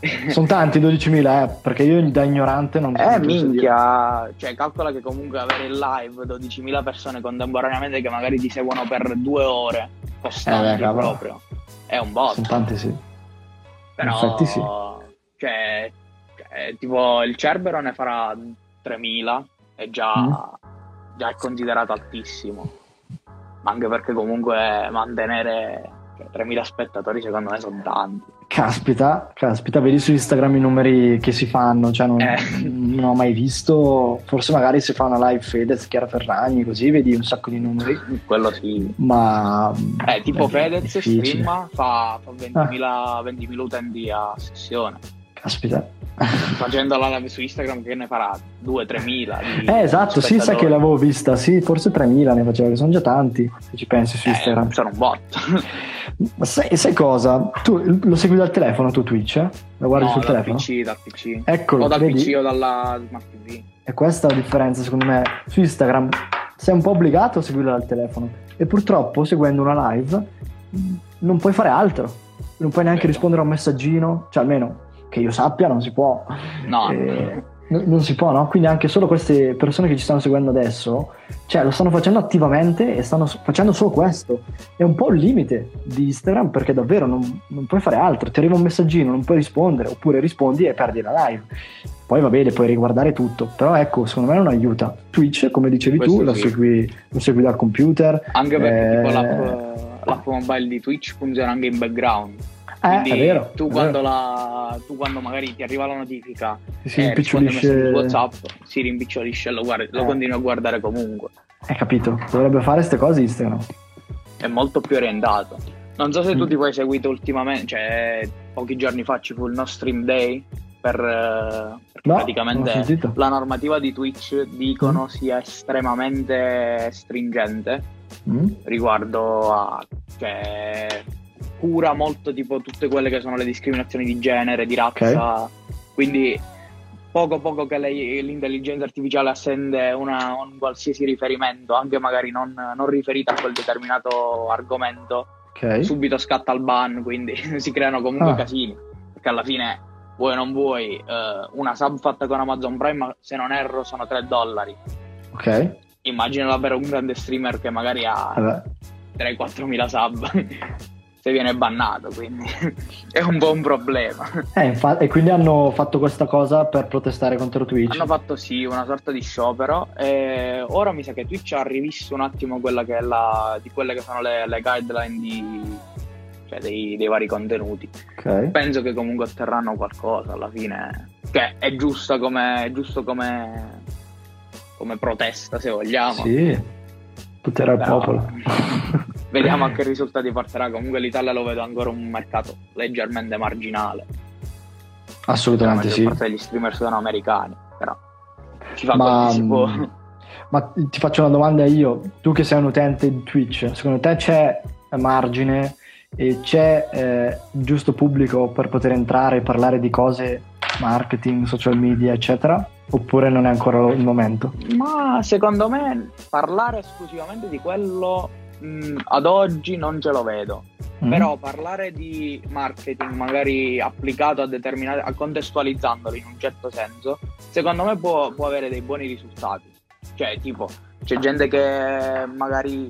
Sono tanti 12.000, perché io da ignorante non minchia, cioè calcola che comunque avere in live 12.000 persone contemporaneamente che magari ti seguono per 2 ore costanti proprio, è un botto. Sono tanti, sì. Però, in effetti sì. Cioè, tipo il Cerbero ne farà 3.000 e già è considerato altissimo, ma anche perché comunque mantenere 3.000 spettatori secondo me sono tanti. Caspita, vedi su Instagram i numeri che si fanno, cioè non ho mai visto, forse magari se fa una live Fedez, Chiara Ferragni, così vedi un sacco di numeri. Quello sì. Ma tipo Fedez streama fa 20.000 utenti a sessione. Caspita. Facendo la live su Instagram che ne farà 2-3.000 esatto, sì, sa che l'avevo vista, sì, forse 3.000 ne faceva, che sono già tanti se ci pensi su Instagram. Sono un botto. Ma sai cosa? Tu lo segui dal telefono, tu Twitch? Lo guardi sul telefono? Dal PC. Eccolo, o dal vedi? PC o dalla Smart TV. E questa è la differenza, secondo me. Su Instagram sei un po' obbligato a seguirlo dal telefono e purtroppo seguendo una live non puoi fare altro, non puoi neanche rispondere a un messaggino, cioè almeno che io sappia non si può. Non si può, no? Quindi anche solo queste persone che ci stanno seguendo adesso, cioè lo stanno facendo attivamente e stanno facendo solo questo. È un po' il limite di Instagram, perché davvero non puoi fare altro. Ti arriva un messaggino, non puoi rispondere, oppure rispondi e perdi la live. Poi va bene, puoi riguardare tutto, però ecco, secondo me non aiuta. Twitch, come dicevi tu, lo segui dal computer. Anche perché tipo l'app mobile di Twitch funziona anche in background. Quindi è vero, tu quando magari ti arriva la notifica si rimpicciolisce WhatsApp, si rimpicciolisce e lo continui a guardare comunque. Hai capito? Dovrebbe fare queste cose Instagram. È molto più orientato. Non so se tu ti puoi seguito ultimamente, cioè pochi giorni fa ci fu il no stream day perché praticamente la normativa di Twitch dicono sia estremamente stringente riguardo a cura molto tipo tutte quelle che sono le discriminazioni di genere, di razza, quindi poco che l'intelligenza artificiale assende un qualsiasi riferimento, anche magari non riferito a quel determinato argomento, subito scatta il ban, quindi si creano comunque casini, perché alla fine vuoi o non vuoi una sub fatta con Amazon Prime, se non erro sono $3. Immaginala per un grande streamer che magari ha 3-4 mila sub se viene bannato, quindi è un po' un problema. E quindi hanno fatto questa cosa per protestare contro Twitch? Hanno fatto una sorta di sciopero e ora mi sa che Twitch ha rivisto un attimo quella che è di quelle che sono le guideline dei vari contenuti. Penso che comunque otterranno qualcosa alla fine, che è giusto come protesta, se vogliamo. Sì, tutela il popolo. Vediamo a che risultati porterà. Comunque l'Italia lo vedo ancora un mercato leggermente marginale. Assolutamente sì. La maggior parte degli streamer sono americani, però ci fa quel che si può. Ma ti faccio una domanda io. Tu che sei un utente di Twitch, secondo te c'è margine e c'è giusto pubblico per poter entrare e parlare di cose marketing, social media, eccetera? Oppure non è ancora il momento? Ma secondo me parlare esclusivamente di quello ad oggi non ce lo vedo. Però parlare di marketing magari applicato a contestualizzandolo in un certo senso, secondo me può avere dei buoni risultati. Cioè tipo c'è gente che magari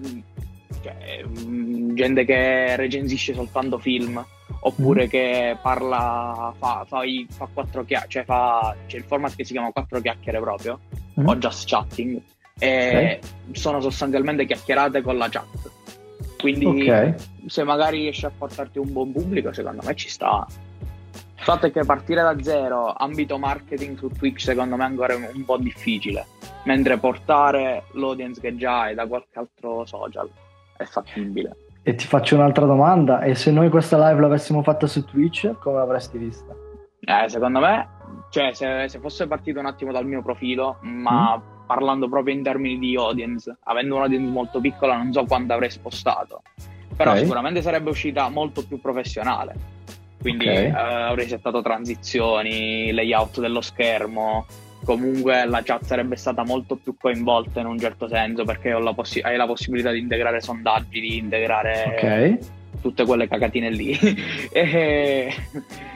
gente che recensisce soltanto film, oppure che parla fa 4 chiacchiere, c'è il format che si chiama 4 chiacchiere proprio, o just chatting, e sono sostanzialmente chiacchierate con la chat, quindi se magari riesci a portarti un buon pubblico, secondo me ci sta. Il fatto è che partire da zero ambito marketing su Twitch secondo me è ancora un po' difficile, mentre portare l'audience che già hai da qualche altro social è fattibile. E ti faccio un'altra domanda: e se noi questa live l'avessimo fatta su Twitch, come l'avresti vista? Secondo me, se fosse partito un attimo dal mio profilo, ma parlando proprio in termini di audience, avendo un'audience molto piccola, non so quanto avrei spostato, però sicuramente sarebbe uscita molto più professionale, quindi avrei settato transizioni, layout dello schermo, comunque la chat sarebbe stata molto più coinvolta in un certo senso, perché hai la possibilità di integrare sondaggi, di integrare tutte quelle cagatine lì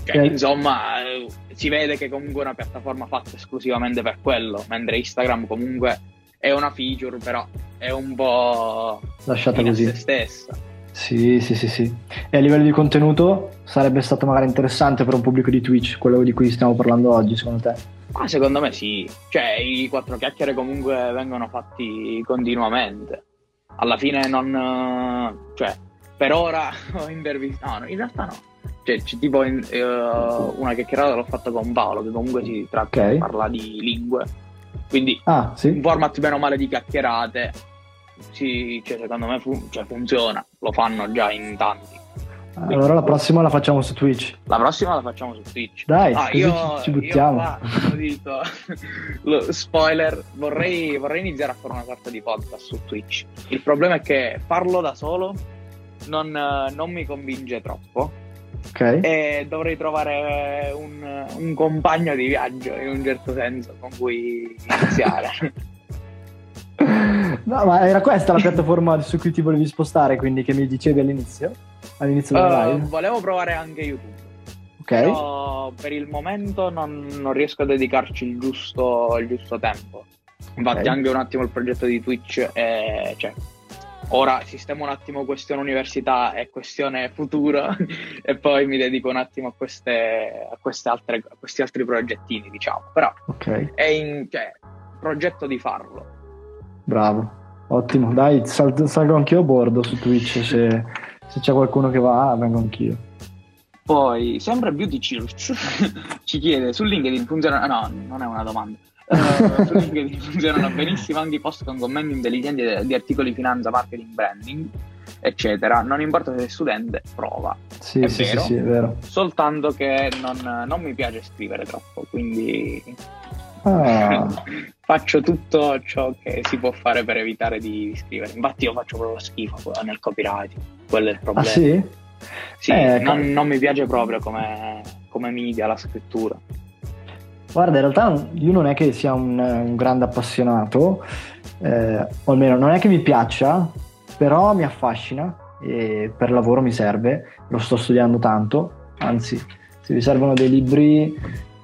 Cioè, insomma, si vede che comunque è una piattaforma fatta esclusivamente per quello, mentre Instagram comunque è una feature, però è un po' lasciata così a se stessa. Sì. E a livello di contenuto sarebbe stato magari interessante per un pubblico di Twitch, quello di cui stiamo parlando oggi, secondo te? Secondo me sì, cioè i 4 chiacchiere comunque vengono fatti continuamente. Alla fine cioè, per ora ho intervistato, no, in realtà no. Cioè, tipo una chiacchierata l'ho fatta con Paolo, che comunque si tratta di parla di lingue, quindi un format bene o male di chiacchierate, sì, cioè, secondo me funziona, lo fanno già in tanti. Quindi, allora la prossima la facciamo su Twitch. Dai, ci buttiamo. Lo dico, spoiler, vorrei iniziare a fare una sorta di podcast su Twitch. Il problema è che farlo da solo non mi convince troppo. Okay. E dovrei trovare un compagno di viaggio, in un certo senso, con cui iniziare. No, ma era questa la piattaforma su cui ti volevi spostare, quindi, che mi dicevi all'inizio della live? Volevo provare anche YouTube, però per il momento non riesco a dedicarci il giusto tempo. Infatti anche un attimo il progetto di Twitch cioè, ora sistemo un attimo questione università e questione futuro e poi mi dedico un attimo a questi altri progettini, diciamo. Però è progetto di farlo. Bravo, ottimo, dai, salgo anch'io a bordo su Twitch, se c'è qualcuno che va, vengo anch'io. Poi, sempre Beauty Church ci chiede, su LinkedIn funziona... No, non è una domanda. Su LinkedIn funzionano benissimo anche i post con commenti intelligenti di articoli finanza, marketing, branding, eccetera. Non importa se sei studente, prova. Sì, è vero. Soltanto che non mi piace scrivere troppo, quindi... faccio tutto ciò che si può fare per evitare di scrivere. Infatti io faccio proprio schifo nel copywriting, quello è il problema. Sì? Sì, non mi piace proprio come media la scrittura. Guarda, in realtà io non è che sia un grande appassionato, o almeno non è che mi piaccia, però mi affascina e per lavoro mi serve, lo sto studiando tanto, anzi se vi servono dei libri,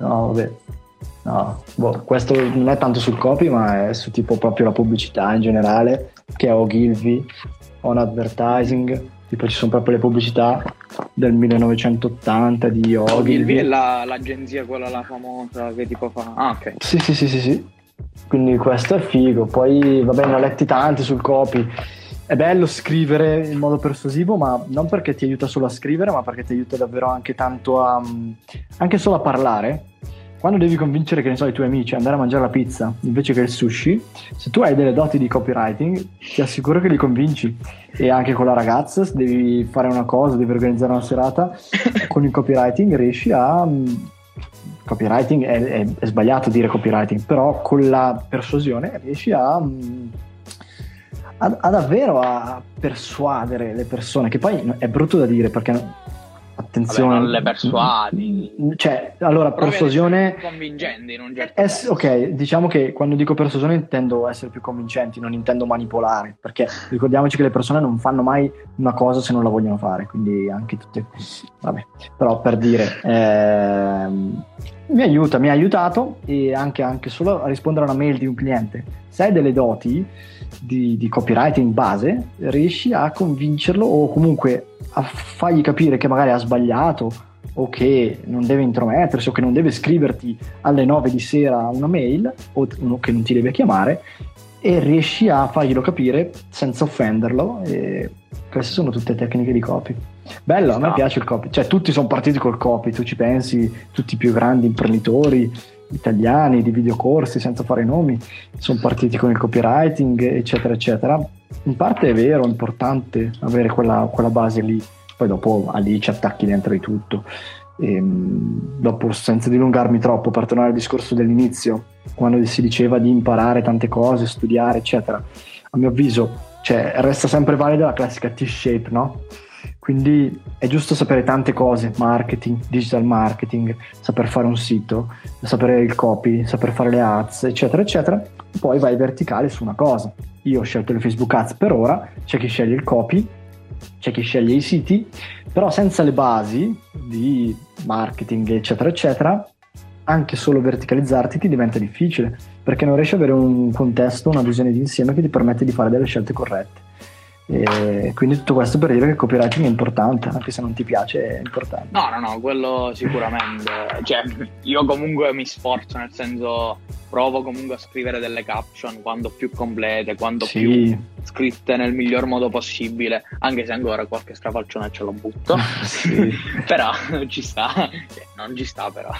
questo non è tanto sul copy, ma è su tipo proprio la pubblicità in generale, che è Ogilvy, On Advertising, tipo ci sono proprio le pubblicità del 1980 di Ogilvy. È l'agenzia quella la famosa che tipo fa... ok. Sì. Quindi questo è figo. Poi va bene, ne ho letti tanti sul copy. È bello scrivere in modo persuasivo, ma non perché ti aiuta solo a scrivere, ma perché ti aiuta davvero anche tanto anche solo a parlare. Quando devi convincere, che ne so, i tuoi amici a andare a mangiare la pizza invece che il sushi, se tu hai delle doti di copywriting, ti assicuro che li convinci. E anche con la ragazza, se devi fare una cosa, devi organizzare una serata, con il copywriting riesci a... Copywriting è sbagliato dire copywriting, però con la persuasione riesci a davvero a persuadere le persone, che poi è brutto da dire perché... Attenzione, non le persuadi, cioè, allora, persuasione convincente in un certo senso. Ok, diciamo che quando dico persuasione intendo essere più convincenti, non intendo manipolare, perché ricordiamoci che le persone non fanno mai una cosa se non la vogliono fare, quindi anche tutte, vabbè, però per dire mi ha aiutato, e anche solo a rispondere a una mail di un cliente. Se hai delle doti di copywriting base, riesci a convincerlo, o comunque a fargli capire che magari ha sbagliato, o che non deve intromettersi, o che non deve scriverti alle 9 di sera una mail, o che non ti deve chiamare, e riesci a farglielo capire senza offenderlo. E queste sono tutte tecniche di copy. Bello, a me piace il copy, cioè tutti sono partiti col copy, tu ci pensi, tutti i più grandi imprenditori italiani di videocorsi, senza fare nomi, sono partiti con il copywriting, eccetera eccetera. In parte è vero, è importante avere quella base lì, poi dopo lì ci attacchi dentro di tutto. Dopo, senza dilungarmi troppo, per tornare al discorso dell'inizio, quando si diceva di imparare tante cose, studiare eccetera, a mio avviso, cioè, resta sempre valida la classica T-shape, no? Quindi è giusto sapere tante cose: marketing, digital marketing, saper fare un sito, sapere il copy, saper fare le ads, eccetera eccetera. Poi vai verticale su una cosa. Io ho scelto le Facebook Ads per ora, c'è chi sceglie il copy, c'è chi sceglie i siti, però senza le basi di marketing eccetera eccetera, anche solo verticalizzarti ti diventa difficile, perché non riesci ad avere un contesto, una visione d'insieme che ti permette di fare delle scelte corrette. E quindi tutto questo per dire che il copywriting è importante, anche se non ti piace è importante. No, quello sicuramente. Cioè, io comunque mi sforzo, nel senso provo comunque a scrivere delle caption quanto più complete, quanto più scritte nel miglior modo possibile, anche se ancora qualche strafalcione ce lo butto. Però ci sta, non ci sta però.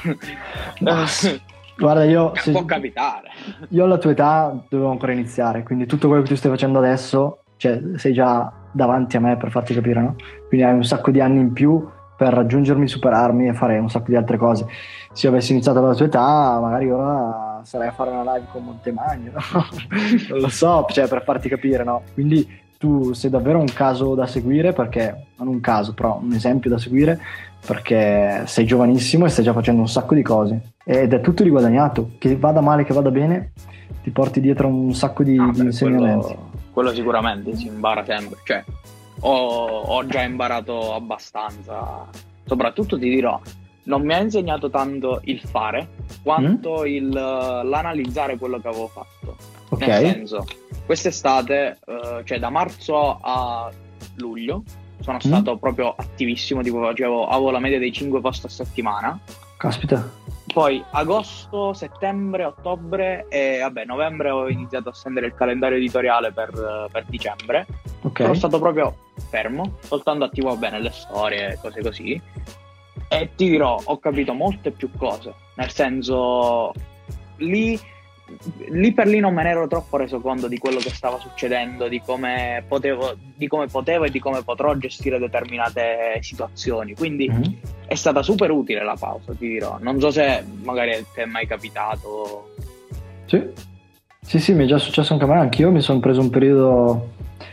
Guarda, io può capitare. Io alla tua età dovevo ancora iniziare, quindi tutto quello che tu stai facendo adesso, cioè sei già davanti a me, per farti capire, no? Quindi hai un sacco di anni in più per raggiungermi, superarmi e fare un sacco di altre cose. Se io avessi iniziato alla tua età, magari ora sarei a fare una live con Montemagno, no? Non lo so, cioè, per farti capire, no? Quindi tu sei davvero un caso da seguire, perché non un caso, però un esempio da seguire, perché sei giovanissimo e stai già facendo un sacco di cose ed è tutto riguadagnato, che vada male che vada bene, ti porti dietro un sacco di insegnamenti. Quello sicuramente si impara sempre, cioè ho già imparato abbastanza, soprattutto ti dirò, non mi ha insegnato tanto il fare quanto l'analizzare quello che avevo fatto. Nel senso, quest'estate, cioè da marzo a luglio sono stato proprio attivissimo, tipo avevo la media dei 5 post a settimana. Caspita. Poi agosto, settembre, ottobre e novembre ho iniziato a stendere il calendario editoriale per dicembre. Sono stato proprio fermo, soltanto attivo le storie, cose così. E ti dirò, ho capito molte più cose, nel senso lì per lì non me ne ero troppo reso conto di quello che stava succedendo, di come potevo e di come potrò gestire determinate situazioni, quindi è stata super utile la pausa, ti dirò. Non so se magari ti è mai capitato. Sì, mi è già successo anche a me. Anch'io mi sono preso un periodo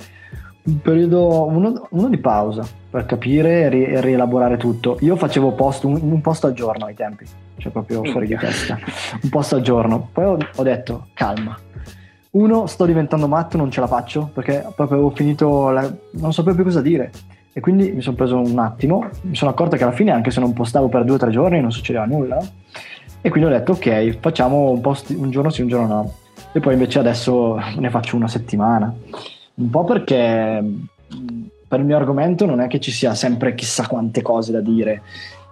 uno di pausa per capire e rielaborare tutto. Io facevo un post al giorno ai tempi, cioè proprio fuori di testa, un post al giorno. Poi ho detto calma, sto diventando matto, non ce la faccio, perché proprio avevo finito non sapevo più cosa dire, e quindi mi sono preso un attimo, mi sono accorto che alla fine, anche se non postavo per 2 o 3 giorni, non succedeva nulla, e quindi ho detto ok, facciamo un post un giorno sì, un giorno no, e poi invece adesso ne faccio una settimana, un po' perché per il mio argomento non è che ci sia sempre chissà quante cose da dire,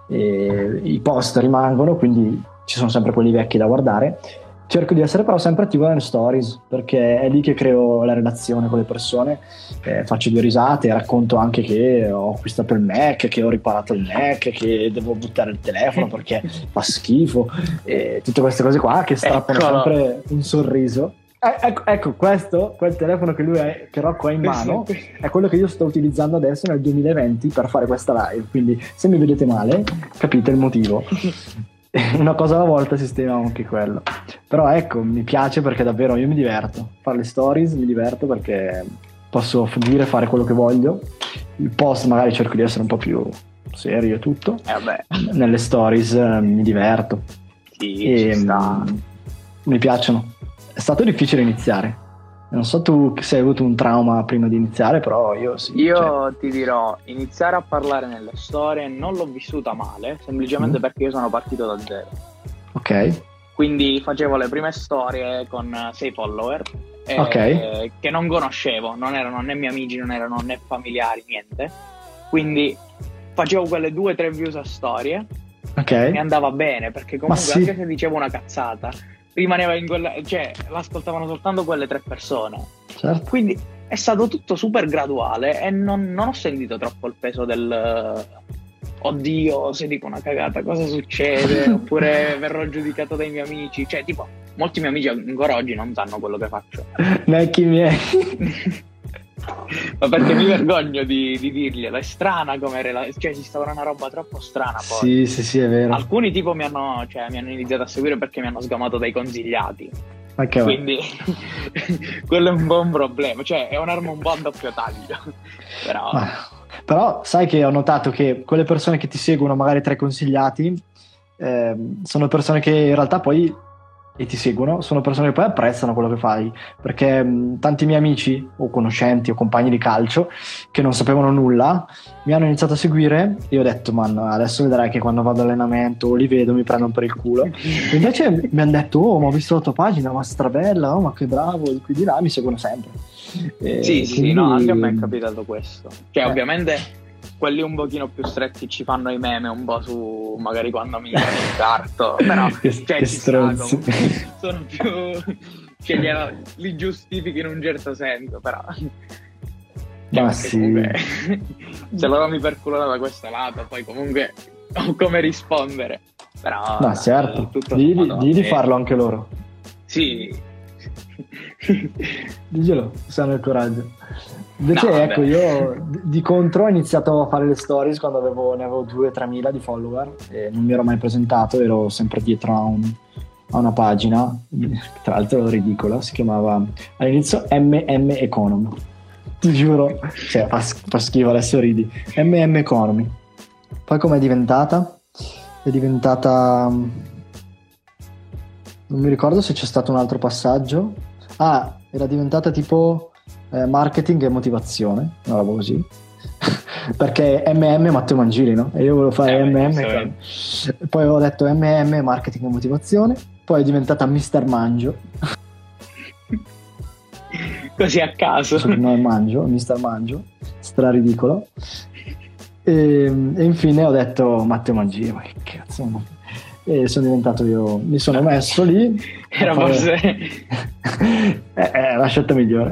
i post rimangono, quindi ci sono sempre quelli vecchi da guardare. Cerco di essere però sempre attivo nelle stories, perché è lì che creo la relazione con le persone, faccio 2 risate, racconto anche che ho acquistato il Mac, che ho riparato il Mac, che devo buttare il telefono perché fa schifo, e tutte queste cose qua che strappano sempre un sorriso. Ecco, quel telefono che Rocco ha in mano è quello che io sto utilizzando adesso nel 2020 per fare questa live, quindi se mi vedete male capite il motivo. Una cosa alla volta sistemiamo anche quello, però ecco, mi piace perché davvero io mi diverto fare le stories, mi diverto perché posso fare quello che voglio. Il post magari cerco di essere un po' più serio e tutto, nelle stories mi diverto e mi piacciono. È stato difficile iniziare. Non so tu se hai avuto un trauma prima di iniziare, però io sì. Ti dirò, iniziare a parlare nelle storie non l'ho vissuta male, semplicemente perché io sono partito da zero. Ok. Quindi facevo le prime storie con 6 follower che non conoscevo, non erano né miei amici, non erano né familiari, niente. Quindi facevo quelle 2-3 views a storie. Mi andava bene, perché comunque anche se dicevo una cazzata rimaneva in quella, cioè l'ascoltavano soltanto quelle 3 persone. Certo. Quindi è stato tutto super graduale e non ho sentito troppo il peso del oddio, se dico una cagata cosa succede oppure verrò giudicato dai miei amici, cioè tipo molti miei amici ancora oggi non sanno quello che faccio. Neanche i miei. Ma perché mi vergogno di dirglielo, è strana come cioè si stava una roba troppo strana poi. Sì, è vero. Alcuni tipo mi hanno iniziato a seguire perché mi hanno sgamato dai consigliati. Okay, quindi quello è un po' un problema, cioè è un'arma un po' a doppio taglio. Però sai che ho notato che quelle persone che ti seguono magari tra i consigliati sono persone che in realtà poi e ti seguono sono persone che poi apprezzano quello che fai, perché tanti miei amici o conoscenti o compagni di calcio che non sapevano nulla mi hanno iniziato a seguire e ho detto man, adesso vedrai che quando vado all'allenamento o li vedo mi prendono per il culo, e invece mi hanno detto oh, ma ho visto la tua pagina, ma strabella, oh, ma che bravo, di qui di là, mi seguono sempre. Sì, no, anche a me è capitato questo, cioè ovviamente quelli un pochino più stretti ci fanno i meme un po' su magari quando mi incarto, però che stronzi. Sono più cioè li giustifichi in un certo senso, però ma sì, comunque, se loro mi perculano da questo lato poi comunque ho come rispondere, però ma certo, di farlo anche loro, sì. Diglielo, se hanno il coraggio. Invece ecco, io di contro ho iniziato a fare le stories quando ne avevo 2-3 mila di follower e non mi ero mai presentato, ero sempre dietro a una pagina, tra l'altro ridicola, si chiamava all'inizio MM Economy, ti giuro, cioè fa schifo, adesso ridi. MM Economy. Poi com'è diventata? È diventata, non mi ricordo se c'è stato un altro passaggio. Era diventata tipo marketing e motivazione, una roba così. Perché MM Matteo Mangili, no? E io volevo fare MM. Poi ho detto MM marketing e motivazione. Poi è diventata Mister Mangio. Così a caso. No, è Mangio, Mister Mangio. Straridicolo. E infine ho detto Matteo Mangili, ma che cazzo. E sono diventato io, mi sono messo lì. Era forse la scelta migliore.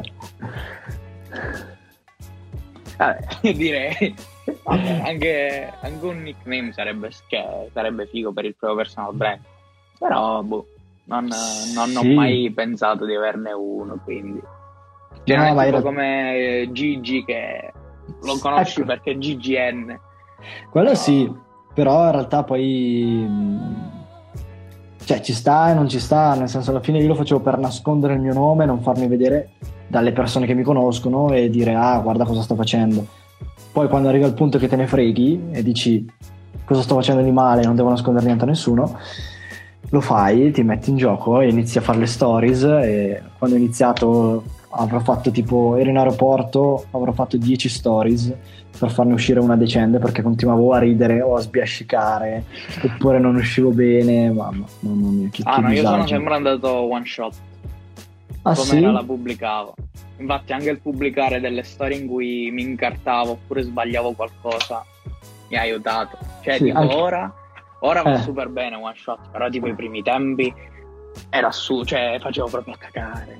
Direi anche un nickname sarebbe figo per il proprio personal brand, però non ho mai pensato di averne uno, quindi tipo come Gigi, che lo conosci perché GGN, quello sì, però in realtà poi cioè ci sta e non ci sta, nel senso alla fine io lo facevo per nascondere il mio nome, non farmi vedere dalle persone che mi conoscono e dire guarda cosa sto facendo. Poi quando arriva il punto che te ne freghi e dici cosa sto facendo di male, non devo nascondere niente a nessuno, lo fai, ti metti in gioco e inizi a fare le stories. E quando ho iniziato avrò fatto ero in aeroporto, avrò fatto 10 stories per farne uscire una decente, perché continuavo a ridere o a sbiascicare oppure non uscivo bene, mamma mia, che no, disagio. io sono sempre andato one shot, sì? la pubblicavo, infatti anche il pubblicare delle storie in cui mi incartavo oppure sbagliavo qualcosa mi ha aiutato, cioè tipo anche... ora va super bene one shot, però tipo i primi tempi era cioè facevo proprio a cagare.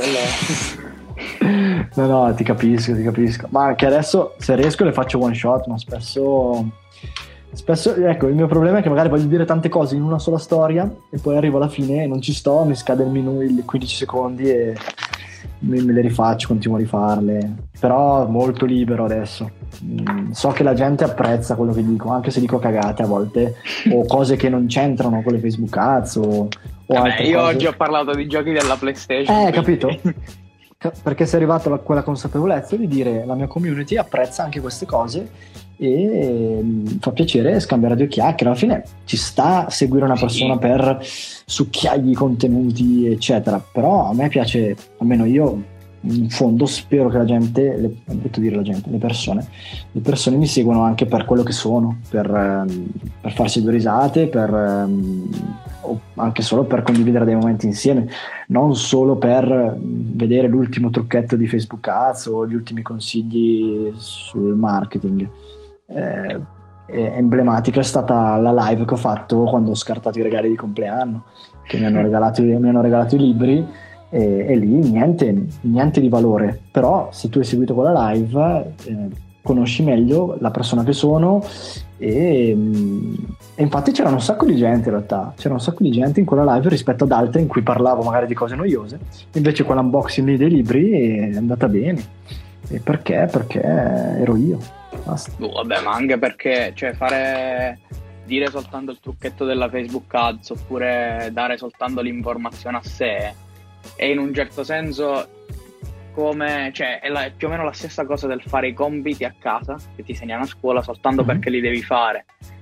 No, ti capisco, ma anche adesso se riesco le faccio one shot, ma spesso ecco, il mio problema è che magari voglio dire tante cose in una sola storia e poi arrivo alla fine e non ci sto, mi scade il 15 secondi e me le rifaccio, continuo a rifarle, però molto libero adesso. So che la gente apprezza quello che dico, anche se dico cagate a volte o cose che non c'entrano con le Facebook Ads o altre io cose. Oggi ho parlato di giochi della PlayStation, capito? Perché sei arrivato a quella consapevolezza di dire la mia community apprezza anche queste cose e fa piacere scambiare due chiacchiere. Alla fine ci sta seguire una persona per succhiargli i contenuti eccetera, però a me piace, almeno io in fondo spero che la gente, le persone mi seguono anche per quello che sono, per farsi due risate, o anche solo per condividere dei momenti insieme, non solo per vedere l'ultimo trucchetto di Facebook Ads o gli ultimi consigli sul marketing. Emblematica è stata la live che ho fatto quando ho scartato i regali di compleanno, che mi hanno regalato i libri, e lì niente di valore, però se tu hai seguito quella live conosci meglio la persona che sono e infatti c'era un sacco di gente in quella live rispetto ad altre in cui parlavo magari di cose noiose, invece quell'unboxing lì dei libri è andata bene. E perché ero io, basta. Vabbè, ma anche perché dire soltanto il trucchetto della Facebook Ads oppure dare soltanto l'informazione a sé è in un certo senso come, cioè è più o meno la stessa cosa del fare i compiti a casa che ti segnano a scuola soltanto perché li devi fare,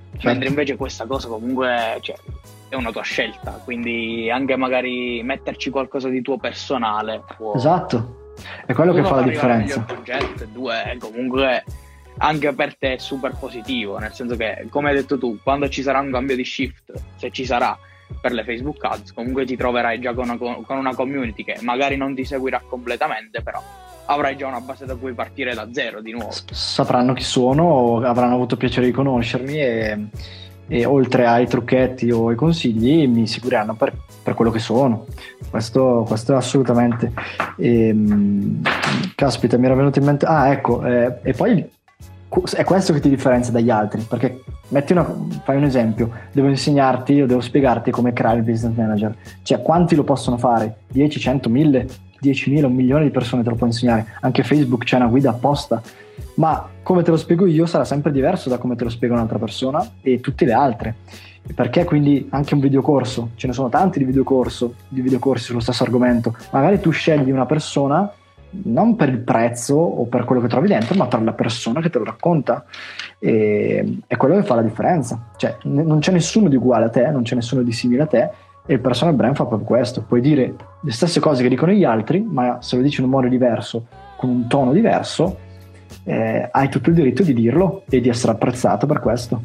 Certo. Mentre invece questa cosa comunque, cioè, è una tua scelta, quindi anche magari metterci qualcosa di tuo personale può... Esatto, è quello che fa la differenza. Progetto, e due, comunque anche per te è super positivo, nel senso che, come hai detto tu, quando ci sarà un cambio di shift, se ci sarà per le Facebook Ads, comunque ti troverai già con una community che magari non ti seguirà completamente, però avrai già una base da cui partire da zero di nuovo. Sapranno chi sono, avranno avuto piacere di conoscermi e oltre ai trucchetti o ai consigli mi seguiranno per quello che sono. Questo è assolutamente. Caspita, mi era venuto in mente. Ecco, e poi è questo che ti differenzia dagli altri, perché fai un esempio, devo insegnarti o devo spiegarti come creare il business manager, cioè quanti lo possono fare? 10, 100, 1000, 10.000, 1 milione di persone te lo può insegnare, anche Facebook c'è una guida apposta, ma come te lo spiego io sarà sempre diverso da come te lo spiega un'altra persona e tutte le altre, perché quindi anche un videocorso, ce ne sono tanti di videocorsi sullo stesso argomento, magari tu scegli una persona non per il prezzo o per quello che trovi dentro, ma per la persona che te lo racconta, e è quello che fa la differenza, cioè non c'è nessuno di uguale a te, non c'è nessuno di simile a te, e il personal brand fa proprio questo. Puoi dire le stesse cose che dicono gli altri, ma se lo dici in un modo diverso, con un tono diverso, hai tutto il diritto di dirlo e di essere apprezzato per questo.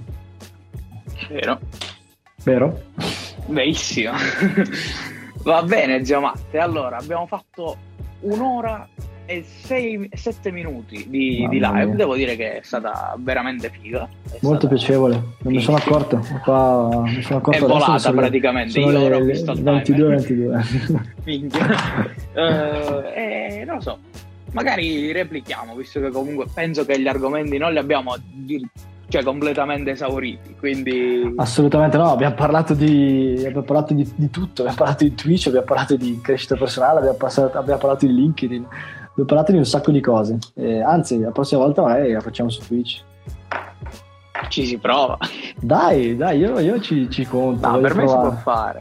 Vero? Verissimo. Va bene, zio Matte, allora abbiamo fatto 1 ora e 7 minuti di live. Mia. Devo dire che è stata veramente figa. Molto piacevole. Non mi sono accorto. Mi sono accorto è volata praticamente. Io ora ho visto il 22. Minchia. Non lo so. Magari replichiamo, visto che comunque penso che gli argomenti non li abbiamo completamente esauriti, quindi assolutamente no, abbiamo parlato di tutto, abbiamo parlato di Twitch, abbiamo parlato di crescita personale, abbiamo parlato di LinkedIn, abbiamo parlato di un sacco di cose, anzi la prossima volta magari la facciamo su Twitch. Ci si prova, dai, io ci conto. No, per me si può fare.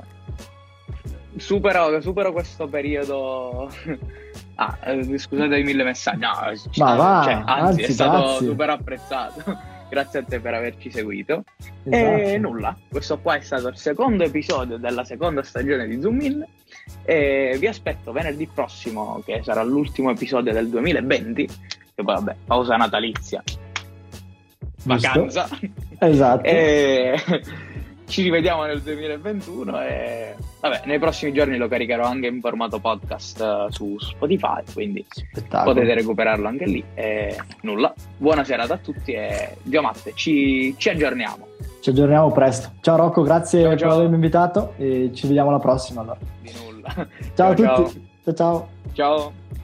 Supero questo periodo. Scusate i 1000 messaggi. No, anzi, è stato super apprezzato. Grazie a te per averci seguito. Esatto. E nulla, questo qua è stato il secondo episodio della seconda stagione di Zoom In, e vi aspetto venerdì prossimo, che sarà l'ultimo episodio del 2020, che poi vabbè, pausa natalizia, vacanza. Esatto. E ci rivediamo nel 2021 e vabbè, nei prossimi giorni lo caricherò anche in formato podcast su Spotify, quindi potete recuperarlo anche lì. E nulla, buona serata a tutti e zio Matte, ci aggiorniamo. Ci aggiorniamo presto. Ciao Rocco, grazie per avermi invitato e ci vediamo alla prossima allora. Di nulla. Ciao a tutti. Ciao. Ciao.